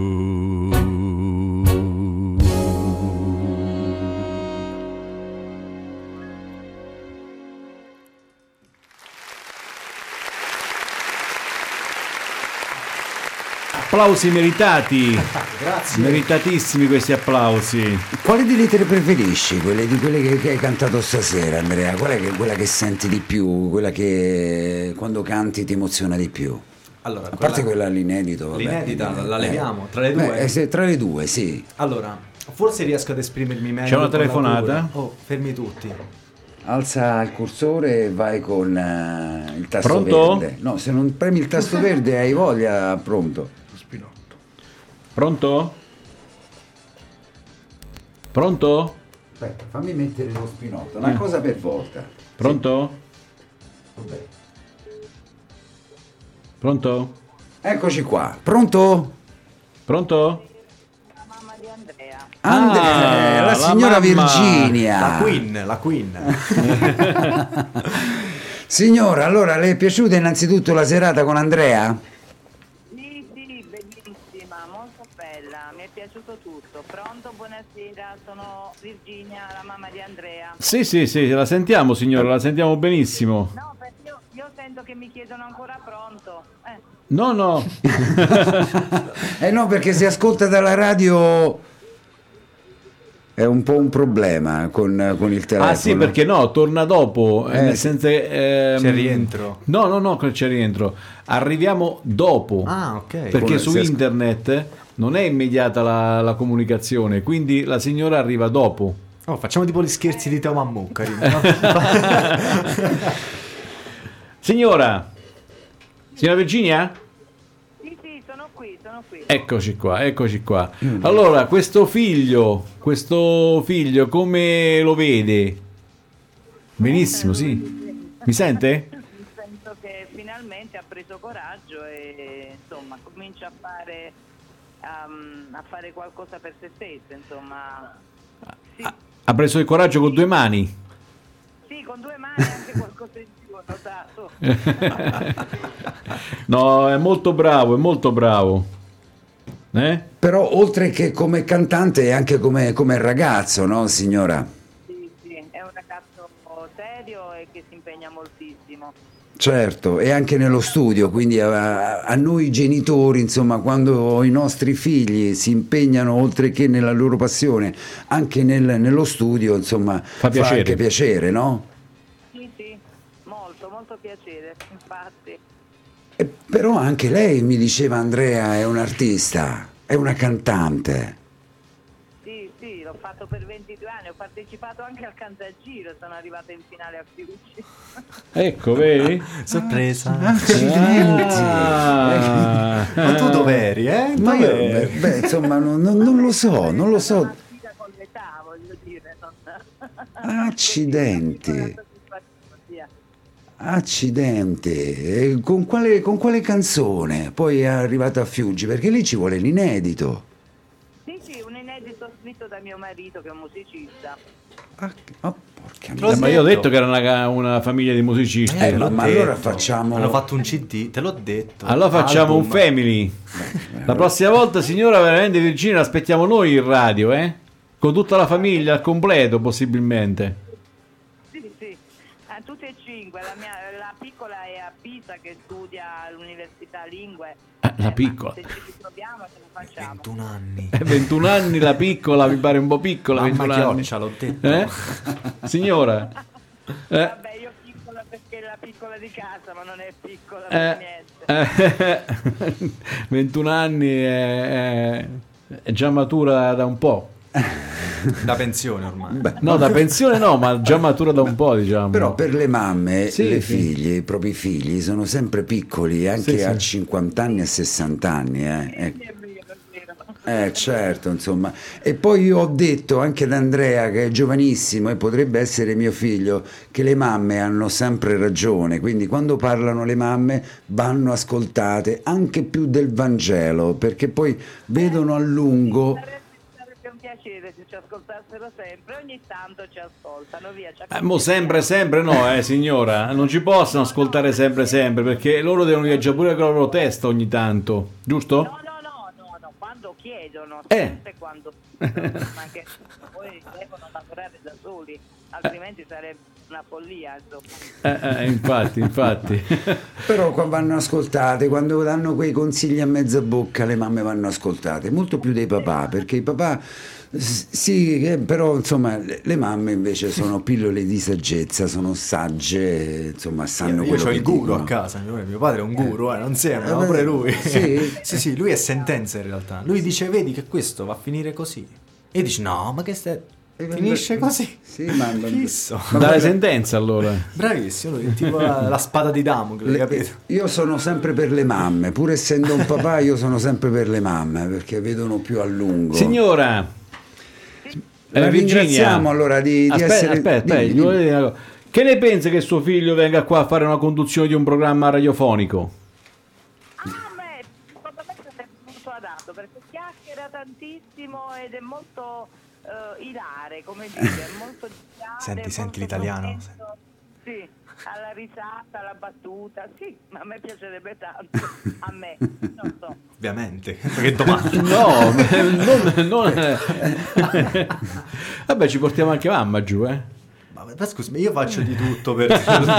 C: Applausi meritati.
D: Grazie.
C: Meritatissimi questi applausi.
D: Quale delle tre preferisci? Quelle di quelle che, che hai cantato stasera, Andrea? Qual è che, quella che senti di più? Quella che quando canti ti emoziona di più?
E: Allora,
D: A parte quella all'inedito. Vabbè,
E: l'inedita
D: eh,
E: la leviamo tra le due.
D: Beh, se, tra le due, sì.
E: Allora, forse riesco ad esprimermi meglio.
C: C'è una
E: con la
C: telefonata?
E: cura. Oh, fermi tutti.
D: Alza il cursore e vai con uh, il tasto
C: Pronto?
D: verde. No, se non premi il tasto verde hai voglia, pronto.
C: Pronto? Pronto?
D: Aspetta, fammi mettere lo spinotto, una
C: Eh.
D: cosa per volta.
C: Pronto?
D: Vabbè.
C: Pronto?
D: Eccoci qua, pronto?
C: Pronto?
G: La mamma di Andrea.
D: Andrea,
C: Ah,
D: la
C: la
D: signora
C: mamma.
D: Virginia.
E: La Queen, la Queen.
D: Signora, allora le è piaciuta innanzitutto la serata con Andrea?
G: Sì, sì, bellissima, molto bella, mi è piaciuto tutto. Pronto, buonasera, sono Virginia, la mamma di Andrea.
C: Sì, sì, sì, la sentiamo signora, la sentiamo benissimo.
G: No, perché io, io sento che mi chiedono ancora pronto. Eh.
C: No, no.
D: Eh no, perché se ascolta dalla radio è un po' un problema con, con il telefono.
C: Ah sì, perché no, torna dopo,
D: Eh,
C: nel
D: sì.
C: senso che, ehm,
E: C'è rientro.
C: No, no, no, c'è rientro. Arriviamo dopo.
E: Ah, ok.
C: Perché
D: Con-
C: su
D: se asco-
C: internet non è immediata la, la comunicazione, quindi la signora arriva dopo.
E: Oh, facciamo tipo gli scherzi di Teo Mammucari. No?
C: Signora, signora Virginia?
G: Sì, sì, sono qui, sono qui.
C: Eccoci qua, eccoci qua. Allora, questo figlio, questo figlio come lo vede? Benissimo, sì. Mi sente?
G: Penso che finalmente ha preso coraggio e insomma comincia a fare, um, a fare qualcosa per se stesso, insomma. Sì,
C: Ha preso il coraggio con due mani.
G: sì, con due mani anche qualcosa in più, ho notato.
C: No, è molto bravo, è molto bravo. Eh?
D: Però oltre che come cantante è anche come, come ragazzo, no signora?
G: Sì, sì, è un ragazzo serio e che si impegna moltissimo.
D: Certo, e anche nello studio, quindi a, a noi genitori, insomma, quando i nostri figli si impegnano oltre che nella loro passione, anche nel- nello studio, insomma, fa,
C: piacere.
D: anche piacere, no?
G: Sì, sì, molto, molto piacere, infatti.
D: E però anche lei, mi diceva Andrea, è un artista, è una cantante.
G: Sì, fatto per ventidue anni, ho partecipato anche al Cantagiro, sono arrivata in finale a Fiuggi.
C: Ecco, vedi?
E: Sorpresa.
C: Ah.
E: Ma tu dov'eri, eh?
D: Ma io,
E: Dov'eri?
D: beh, beh, insomma, non, non- non lo so, non lo so.
G: Una sfida con l'età, voglio dire, non...
D: Accidenti. Accidenti. E con quale, con quale canzone poi è arrivato a Fiuggi? Perché lì ci vuole l'inedito.
G: Sì, sì, un inedito scritto da mio marito che è un musicista.
D: Ah, oh, porca
E: L'ho
C: Eh,
D: miseria.
C: ma io ho
E: detto.
C: detto che era una, una famiglia di musicisti.
D: Eh,
E: L'ho
D: ma
E: detto.
D: allora facciamo-
E: Hanno fatto un C D, te l'ho detto.
C: Allora facciamo
E: Album.
C: un family. La prossima volta, signora, veramente Virginia, l'aspettiamo noi in radio, eh? Con tutta la famiglia al completo, possibilmente.
G: Sì, sì, a tutte e cinque. La, mia, la piccola è a Pisa che studia all'università lingue.
C: Eh, la
G: ma
C: piccola.
G: Se ci ritroviamo ce lo facciamo.
E: ventuno anni.
C: Eh, ventuno anni, la piccola, mi pare un po' piccola.
E: Mamma
C: ventuno anni.
E: chioccia, l'ho detto.
C: Eh? Signora? Eh?
G: Vabbè, io piccola perché è la piccola di casa, ma non è piccola per
C: Eh,
G: niente.
C: eh, ventuno anni è, è- è già matura da un po'.
E: Da pensione ormai.
C: No, da pensione no, ma già matura da un po', diciamo.
D: Però per le mamme,
C: Sì,
D: le
C: sì.
D: figlie, i propri figli sono sempre piccoli, anche
C: Sì,
D: a
C: sì.
D: cinquanta anni e sessanta anni. Eh. Eh,
G: È vero, è vero.
D: eh, certo, insomma. E poi io ho detto anche ad Andrea, che è giovanissimo e potrebbe essere mio figlio, che le mamme hanno sempre ragione, quindi quando parlano le mamme vanno ascoltate anche più del Vangelo, perché poi vedono a lungo...
G: Sarebbe, sarebbe un piacere se ci ascoltassero sempre, ogni tanto ci ascoltano, via. Ci
C: Eh, mo sempre, sempre no, eh, signora. Non ci possono ascoltare sempre, sempre, perché loro devono viaggiare pure con la loro testa ogni tanto, giusto?
G: No, no, no, no, no, quando chiedono,
C: Eh.
G: sempre quando chiedono, ma che poi devono lavorare da soli, altrimenti sarebbe una follia, insomma.
C: Eh, eh, infatti, infatti.
D: Però qua vanno ascoltate, quando danno quei consigli a mezza bocca le mamme vanno ascoltate, molto più dei papà, perché i papà s- sì, eh, però insomma le le mamme invece sono pillole di saggezza, sono sagge, insomma sanno
E: Io, io
D: quello
E: ho
D: che
E: il guru
D: dicono.
E: a casa, mio padre è un guru, eh, non sembra, ma
D: Eh,
E: pure lui.
D: sì?
E: sì, sì, lui è sentenza in realtà. Lui dice, vedi che questo va a finire così. E dici, no, ma che stai...
D: Eh,
E: Finisce
D: vabbè,
E: così.
D: sì, ma-
E: Fisso.
C: Dare sentenza allora.
E: Bravissimo, lui è tipo la, la spada di Damocle,
D: Le-
E: capito?
D: io sono sempre per le mamme, pur essendo un papà io sono sempre per le mamme, perché vedono più a lungo.
C: Signora,
D: La
C: eh, Virginia.
D: ringraziamo allora di, di
C: aspetta,
D: essere...
C: aspetta, aspetta,
D: dimmi,
C: gli volevo
D: dimmi.
C: dire una cosa. Che ne pensa che suo figlio venga qua a fare una conduzione di un programma radiofonico?
G: Ah, beh, secondo me è molto adatto perché chiacchiera tantissimo ed è molto eh, ilare, come dire, è molto ilare,
E: Senti,
G: molto
E: senti l'italiano.
G: propenso, sì, alla risata, alla battuta, sì, ma a me piacerebbe tanto, a me, non so.
E: Ovviamente, perché domanda.
C: No, non, non- vabbè, ci portiamo anche mamma giù, eh.
E: Ma, ma scusa, io faccio di tutto per...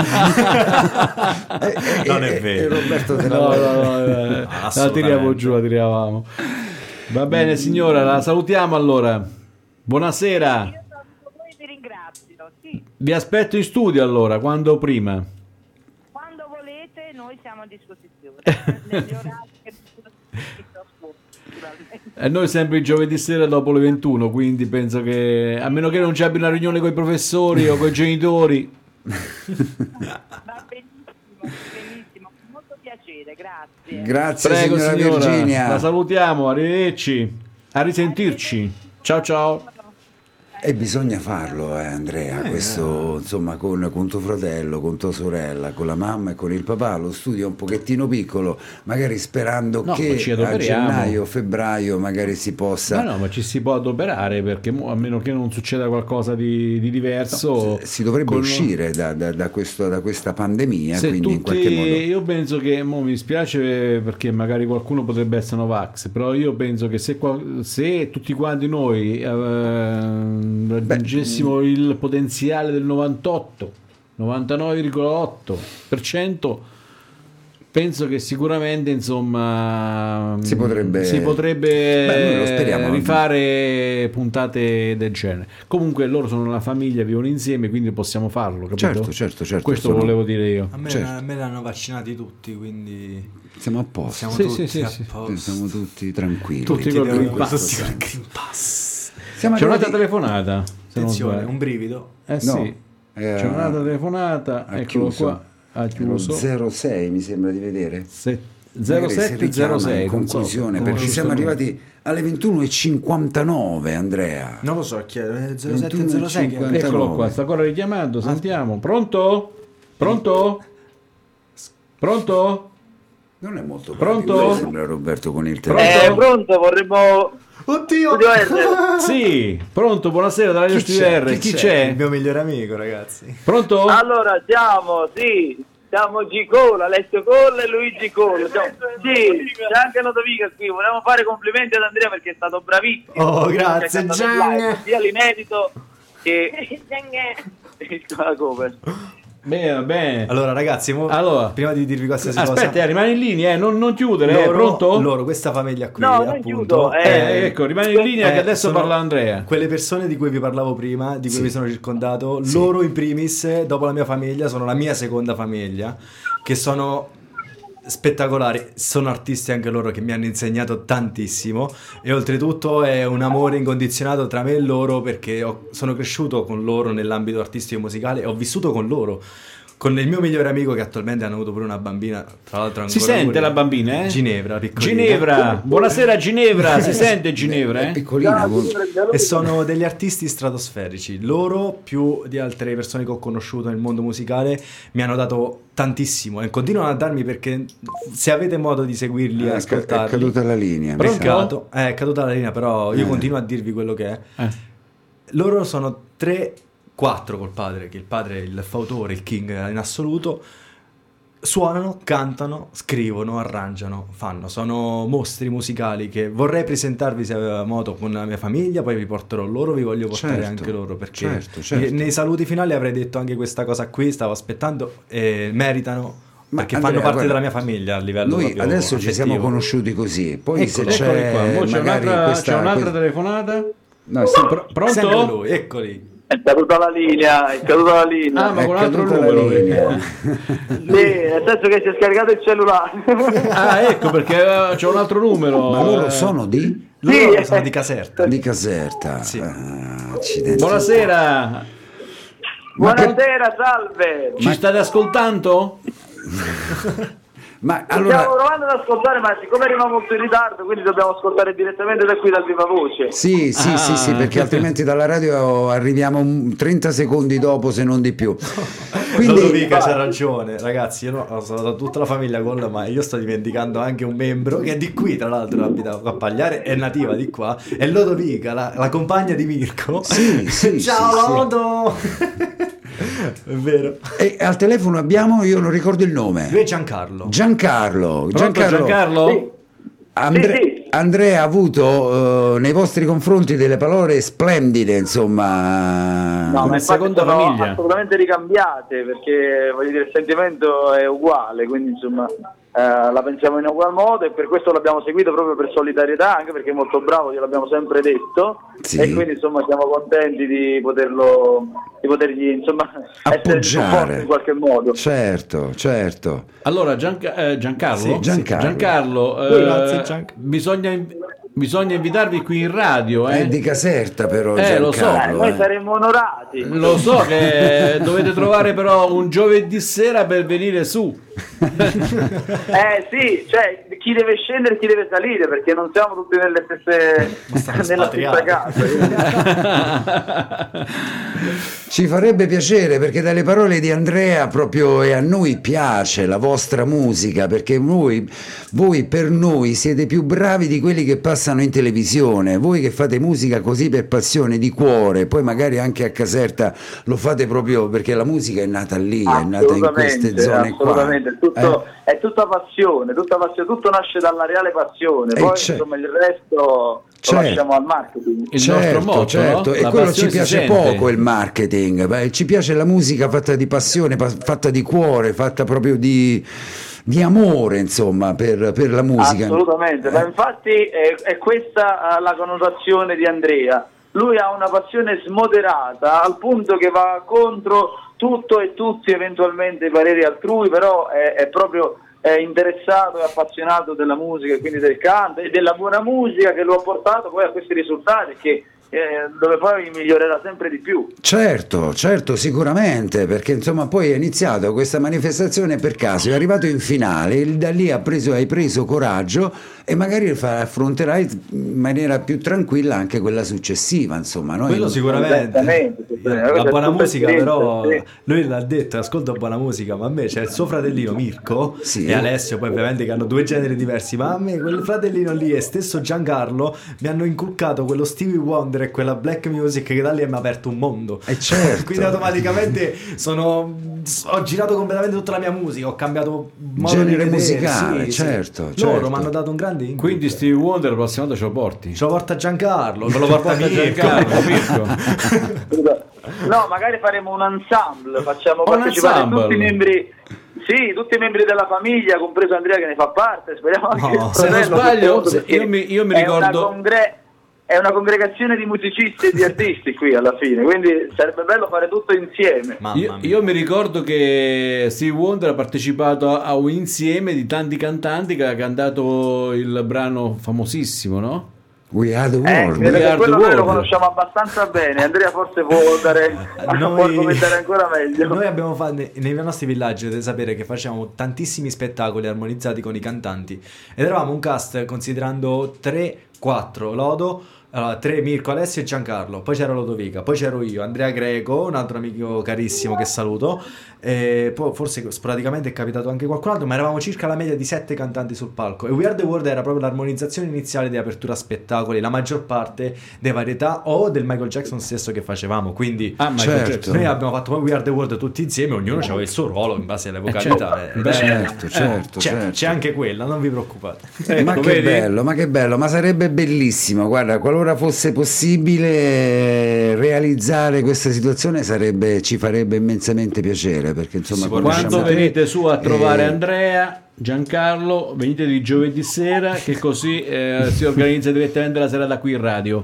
D: Eh, eh,
E: Non
D: eh,
E: è
D: eh,
E: vero.
D: Roberto te la
C: No,
D: vuoi-
C: no, no, no, no. La
E: assolutamente.
C: tiriamo giù, la tiravamo. Va bene, signora, la salutiamo allora. Buonasera.
G: Io saluto voi e vi ringrazio, sì,
C: Vi aspetto in studio allora, quando prima.
G: quando volete noi siamo a disposizione, negli orari che vi trascorro, naturalmente.
C: E noi sempre il giovedì sera dopo le ventuno, quindi penso che, a meno che non ci abbia una riunione con i professori o con i genitori.
G: Va benissimo, benissimo, con molto piacere, grazie.
D: Grazie
C: Prego
D: signora,
C: signora,
D: Virginia.
C: la salutiamo, arrivederci, a risentirci. Ciao ciao.
D: E bisogna farlo, eh, Andrea, questo insomma con, con tuo fratello, con tua sorella, con la mamma e con il papà, lo studio è un pochettino piccolo, magari sperando
C: No, ma
D: che
C: ci
D: a
C: adoperiamo.
D: gennaio, febbraio magari si possa...
C: Ma no, ma ci si può adoperare perché mo- a meno che non succeda qualcosa di, di diverso.
D: si dovrebbe
C: con-
D: uscire da, da- da questo- da questa pandemia,
C: Se
D: quindi in
C: tutti,
D: qualche modo...
C: io penso che mo mi spiace perché magari qualcuno potrebbe essere Novax, però io penso che se, qua- se tutti quanti noi eh, raggiungessimo il potenziale del novantotto novantanove virgola otto per cento, penso che sicuramente insomma
D: Si potrebbe-
C: si potrebbe
D: Beh, noi lo speriamo.
C: rifare puntate del genere. Comunque loro sono una famiglia, vivono insieme, quindi possiamo farlo, capito?
D: Certo, certo, certo.
C: Questo
D: sono-
C: volevo dire io.
E: A me,
D: Certo.
E: a me l'hanno vaccinati tutti, quindi
D: Siamo a posto,
E: siamo
C: Sì,
E: tutti
C: sì, sì,
E: a
C: sì.
E: posto.
D: siamo tutti tranquilli.
C: Tutti
E: Tutti
C: col
E: devono-
C: Green Pass.
E: tutti col Green Pass.
D: Siamo
C: C'è un'altra
D: arrivati-
C: telefonata. se non
E: Attenzione,
C: sbaglio.
E: un brivido.
C: Eh
D: No,
C: sì,
D: eh,
C: c'è un'altra telefonata,
D: ha
C: eccolo
D: chiuso.
C: qua, ha chiuso.
D: zero sei mi sembra di vedere.
C: Se-
D: Magari si
C: zero sette zero
D: richiama
C: sei
D: in conclusione,
C: non so,
D: perché
C: non
D: siamo
C: so.
D: arrivati alle ventuno e cinquantanove, Andrea.
E: Non lo so, chiedo, eh, zero sette
D: ventuno
E: zero sei che-
D: cinquanta.
C: Eccolo qua, sta ancora richiamando, sentiamo. Pronto? Pronto? Pronto?
D: Non è molto
C: Pronto?
D: pratico, sembra Roberto con il
C: Pronto?
D: telefono.
H: Eh, pronto, vorremmo...
E: Oddio!
H: Studio R.
C: Sì, pronto, buonasera da Radio
D: Chi
C: Studio
D: c'è?
C: R, chi
D: Chi
C: c'è?
E: Il mio migliore amico, ragazzi.
C: Pronto?
H: Allora, siamo, sì, siamo G. Cole, Alessio Cole e Luigi Cole. Siamo- Sì, c'è anche Lodovica qui. Volevamo fare complimenti ad Andrea perché è stato bravissimo.
E: Oh, grazie,
H: Ci ha cantato
E: Gian.
H: live, sia l'inedito che la cover.
C: Bene, bene.
E: Allora, ragazzi, mo-
C: Allora.
E: prima di dirvi qualsiasi
C: Aspetta,
E: cosa,
C: eh, rimani in linea, eh, non, non chiudere, eh,
E: loro,
C: pronto?
E: loro, questa famiglia qui,
H: No, non
E: appunto,
H: chiudo,
C: Eh,
H: eh,
C: ecco, rimani in linea
E: eh,
C: che adesso
E: sono
C: parla Andrea.
E: quelle persone di cui vi parlavo prima, di cui
D: Sì.
E: vi sono circondato,
D: Sì.
E: loro in primis, dopo la mia famiglia, sono la mia seconda famiglia, che sono spettacolari, sono artisti anche loro che mi hanno insegnato tantissimo e oltretutto è un amore incondizionato tra me e loro perché ho- sono cresciuto con loro nell'ambito artistico e musicale e ho vissuto con loro. Con il mio migliore amico che attualmente hanno avuto pure una bambina, tra l'altro ancora
C: Si sente
E: pure-
C: la bambina, eh?
E: Ginevra, piccolina.
C: Ginevra, buonasera Ginevra, si sente Ginevra,
D: È
C: eh?
D: piccolina. con-
E: E sono degli artisti stratosferici. Loro, più di altre persone che ho conosciuto nel mondo musicale, mi hanno dato tantissimo e continuano a darmi perché se avete modo di seguirli e
D: Eh, È
E: ascoltarli.
D: caduta la linea. mi
C: Pronto?
D: sa.
E: Peccato, eh, è caduta la linea, però io
D: Eh.
E: continuo a dirvi quello che è.
C: Eh.
E: Loro sono tre, quattro col padre, che il padre è il fautore, il king in assoluto. Suonano, cantano, scrivono, arrangiano, fanno. Sono mostri musicali che vorrei presentarvi se aveva modo con la mia famiglia, poi vi porterò loro, vi voglio portare
D: Certo,
E: anche loro perché
D: certo, certo.
E: nei- nei saluti finali avrei detto anche questa cosa qui, stavo aspettando e meritano
D: Ma
E: perché
D: Andrea,
E: fanno parte
D: guarda,
E: della mia famiglia a livello
D: Noi
E: proprio
D: adesso ci siamo
E: affettivo.
D: conosciuti così, poi se
C: Eccoli
D: c'è
C: qua, mo c'è
D: magari
C: un'altra,
D: questa,
C: c'è un'altra
D: questa-
C: telefonata.
D: no, sì,
C: Pr- pronto?
E: Sempre lui, eccoli.
H: È caduta la linea, è caduta la linea.
C: Ah, ma
D: è
C: con un altro
D: caduta la
C: numero.
D: linea.
H: Sì, nel senso che si è scaricato il cellulare.
C: Ah, ecco perché eh, c'è un altro numero.
D: Ma loro
C: eh.
D: sono di?
E: Loro
H: Sì.
E: sono di Caserta.
D: Di Caserta.
E: Sì.
D: Ah, accidenti.
C: Buonasera,
H: Buonasera, salve.
C: ci state ascoltando?
D: Ma
H: Stiamo
D: allora,
H: provando ad ascoltare, ma siccome arriva molto in ritardo, quindi dobbiamo ascoltare direttamente da qui dal viva voce.
D: sì, sì,
C: Ah.
D: sì, sì, perché altrimenti dalla radio arriviamo un- trenta secondi dopo, se non di più. Quindi,
E: Lodovica c'ha ragione, ragazzi. Io no, ho salutato tutta la famiglia con ma io sto dimenticando anche un membro che è di qui, tra l'altro, abita a Pagliare, è nativa di qua. È Lodovica, la, la compagna di Mirko.
D: Sì, sì,
E: Ciao
D: sì, sì.
E: Lodo! È vero.
D: e al telefono abbiamo, io non ricordo il nome.
E: Lui è Giancarlo.
D: Giancarlo.
C: Pronto Giancarlo?
H: Sì.
D: Andre-
H: Sì, sì.
D: Andrea ha avuto eh, nei vostri confronti delle parole splendide, insomma.
H: No,
C: Come
H: ma infatti
C: seconda
H: sono
C: famiglia.
H: assolutamente ricambiate perché voglio dire il sentimento è uguale, quindi insomma eh, la pensiamo in ugual modo e per questo l'abbiamo seguito proprio per solidarietà, anche perché è molto bravo, gliel'abbiamo sempre detto.
D: Sì.
H: E quindi insomma siamo contenti di poterlo di potergli insomma essere di supporto
D: Appoggiare
H: in qualche modo.
D: certo, certo.
C: Allora Gianca- eh, Giancarlo?
D: Sì, Giancarlo.
C: Giancarlo,
E: Sì,
C: eh,
E: grazie, Gianca.
C: bisogna, bisogna invitarvi qui in radio,
D: È
C: eh?
D: di Caserta però,
C: Eh, lo so.
H: Eh,
D: Giancarlo.
H: noi
D: eh.
H: saremmo onorati.
C: Lo so che dovete trovare però un giovedì sera per venire su.
H: Eh sì, cioè chi deve scendere e chi deve salire, perché non siamo tutti nelle stesse nella stessa
E: spatriati.
H: casa.
D: Ci farebbe piacere perché dalle parole di Andrea proprio e a noi piace la vostra musica perché voi, voi per noi siete più bravi di quelli che passano in televisione, voi che fate musica così per passione, di cuore, poi magari anche a Caserta lo fate proprio perché la musica è nata lì, è nata in queste zone qua.
H: Assolutamente, tutto,
D: Eh?
H: è tutta passione, tutta passione, tutto nasce dalla reale passione,
D: Eh,
H: poi
D: c'è-
H: insomma il resto lo
D: Certo.
H: lasciamo al marketing.
C: Il
D: certo,
C: nostro motto,
D: certo.
C: no?
D: E
C: La
D: quello ci
C: passione si
D: piace
C: sente.
D: poco il marketing, beh, ci piace la musica fatta di passione, pa- fatta di cuore, fatta proprio di, di amore, insomma, per, per la musica.
H: Assolutamente,
D: Eh,
H: ma infatti è, è questa eh, la connotazione di Andrea. Lui ha una passione smoderata al punto che va contro tutto e tutti eventualmente i pareri altrui, però è, è proprio è interessato e appassionato della musica e quindi del canto e della buona musica che lo ha portato poi a questi risultati che eh, dove poi migliorerà sempre di più.
D: Certo, certo, sicuramente, perché insomma poi è iniziato questa manifestazione per caso, è arrivato in finale, il- da lì ha preso, hai preso coraggio e magari fa- affronterai in maniera più tranquilla anche quella successiva, insomma. Noi
E: Quello sicuramente.
H: Esattamente, esattamente.
E: La buona
H: Super
E: musica
H: esperienza,
E: però,
H: sì.
E: lui l'ha detto, ascolta buona musica, ma a me c'è il suo fratellino Mirko
D: Sì.
E: e Alessio, poi ovviamente che hanno due generi diversi, ma a me quel fratellino lì e stesso Giancarlo mi hanno inculcato quello Stevie Wonder e quella black music che da lì mi ha aperto un mondo.
D: Eh, certo.
E: Quindi automaticamente sono ho girato completamente tutta la mia musica, ho cambiato modo
D: Genere
E: di vedere,
D: musicale,
E: sì, sì.
D: certo,
E: Loro
D: certo.
E: mi hanno dato un grande input.
C: Quindi Stevie Wonder la prossima volta ce lo porti.
E: ce lo porta Giancarlo, me lo porta Mirko.
C: Giancarlo, Mirko.
H: No, magari faremo un ensemble, facciamo
C: Un
H: partecipare
C: ensemble.
H: tutti i membri, sì, tutti i membri della famiglia, compreso Andrea che ne fa parte, speriamo anche
E: No,
H: il
C: se non
H: fratello,
C: sbaglio,
H: perché
C: se- io mi- io mi
H: è una
C: ricordo-
H: congre- è una congregazione di musicisti e di artisti qui alla fine, quindi sarebbe bello fare tutto insieme.
E: Mamma
C: Io,
E: mia.
C: io mi ricordo che Stevie Wonder ha partecipato a un insieme di tanti cantanti che ha cantato il brano famosissimo, no?
D: We are the
H: Eh,
D: world.
H: credo
C: We
H: che
C: are
H: quello
C: the
H: noi lo
C: world.
H: conosciamo abbastanza bene, Andrea forse può, dare, può argomentare ancora meglio.
E: Noi abbiamo fatto nei, nei nostri villaggi, dovete sapere che facciamo tantissimi spettacoli armonizzati con i cantanti ed eravamo un cast considerando tre quattro Lodo, allora, tre Mirko, Alessio e Giancarlo, poi c'era Lodovica, poi c'ero io, Andrea Greco, un altro amico carissimo che saluto, e poi forse sporadicamente è capitato anche qualcun altro, ma eravamo circa la media di sette cantanti sul palco e We Are The World era proprio l'armonizzazione iniziale di apertura spettacoli, la maggior parte delle varietà o del Michael Jackson stesso che facevamo, quindi
C: Ah, Michael
D: Certo.
C: Jackson.
E: noi abbiamo fatto poi We Are The World tutti insieme, ognuno aveva il suo ruolo in base alle vocalità.
C: certo.
E: eh,
C: Beh,
D: certo, certo,
E: c'è,
D: certo.
E: c'è anche quella, non vi preoccupate.
C: Ecco,
D: Ma che
C: vedi?
D: bello, ma che bello, ma sarebbe bellissimo, guarda, qualora fosse possibile realizzare questa situazione sarebbe, ci farebbe immensamente piacere, perché insomma
E: Si può
D: conosciamo
C: Quando
D: te,
C: venite su a trovare
D: eh,
C: Andrea, Giancarlo, venite di giovedì sera che così eh, si organizza direttamente la serata qui in radio.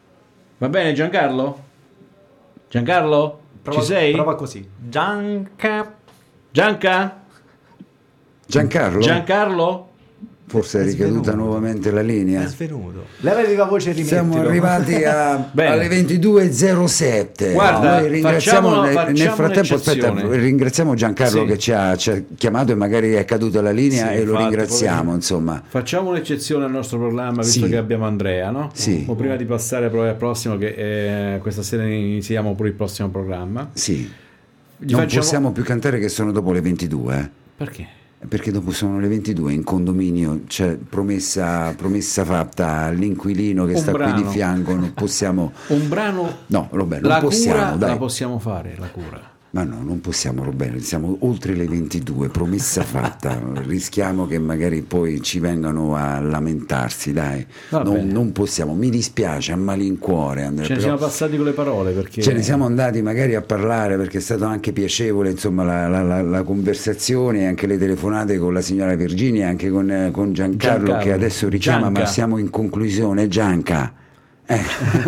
C: Va bene Giancarlo? Giancarlo?
E: Prova,
C: Ci sei?
E: Prova così. Gianca.
C: Gianca?
D: Giancarlo?
C: Giancarlo?
D: Forse è
E: È
D: ricaduta
E: svenuto.
D: nuovamente la
E: È
D: linea.
E: svenuto. Levavi la voce e rimettilo.
D: Siamo arrivati a,
C: Bene.
D: alle ventidue e zero sette.
C: Guarda,
D: Noi ringraziamo
C: facciamo-
D: nel, nel
C: facciamo
D: frattempo, aspetta,
C: un'eccezione.
D: ringraziamo Giancarlo
C: Sì.
D: che ci ha, ci ha chiamato e magari è caduta la linea
C: Sì,
D: e lo
C: infatti,
D: ringraziamo,
C: poverino.
D: insomma.
C: Facciamo un'eccezione al nostro programma visto
D: Sì.
C: che abbiamo Andrea, no?
D: Sì.
C: Ma prima di passare proprio al prossimo, che eh, questa sera iniziamo pure il prossimo programma.
D: Sì.
C: Gli
D: Non
C: facciamo-
D: possiamo più cantare che sono dopo le ventidue, eh?
C: Perché?
D: Perché dopo sono le ventidue in condominio c'è promessa, promessa fatta all'inquilino che
C: Un
D: sta qui
C: brano.
D: di fianco, non possiamo.
C: Un brano.
D: No, Roberto, non
C: la
D: possiamo,
C: cura
D: dai.
C: la possiamo fare, la cura.
D: Ma no, non possiamo, Roberto, siamo oltre le ventidue, promessa fatta, rischiamo che magari poi ci vengano a lamentarsi, dai,
C: Va
D: non,
C: bene.
D: non possiamo, mi dispiace, a malincuore Andrea,
C: Ce ne
D: però
C: siamo passati con le parole perché
D: ce ne siamo andati magari a parlare perché è stato anche piacevole insomma la, la- la- la conversazione, anche le telefonate con la signora Virginia, anche con, eh, con Giancarlo,
C: Giancarlo.
D: che adesso richiama,
C: Gianca.
D: ma siamo in conclusione, Gianca. Eh.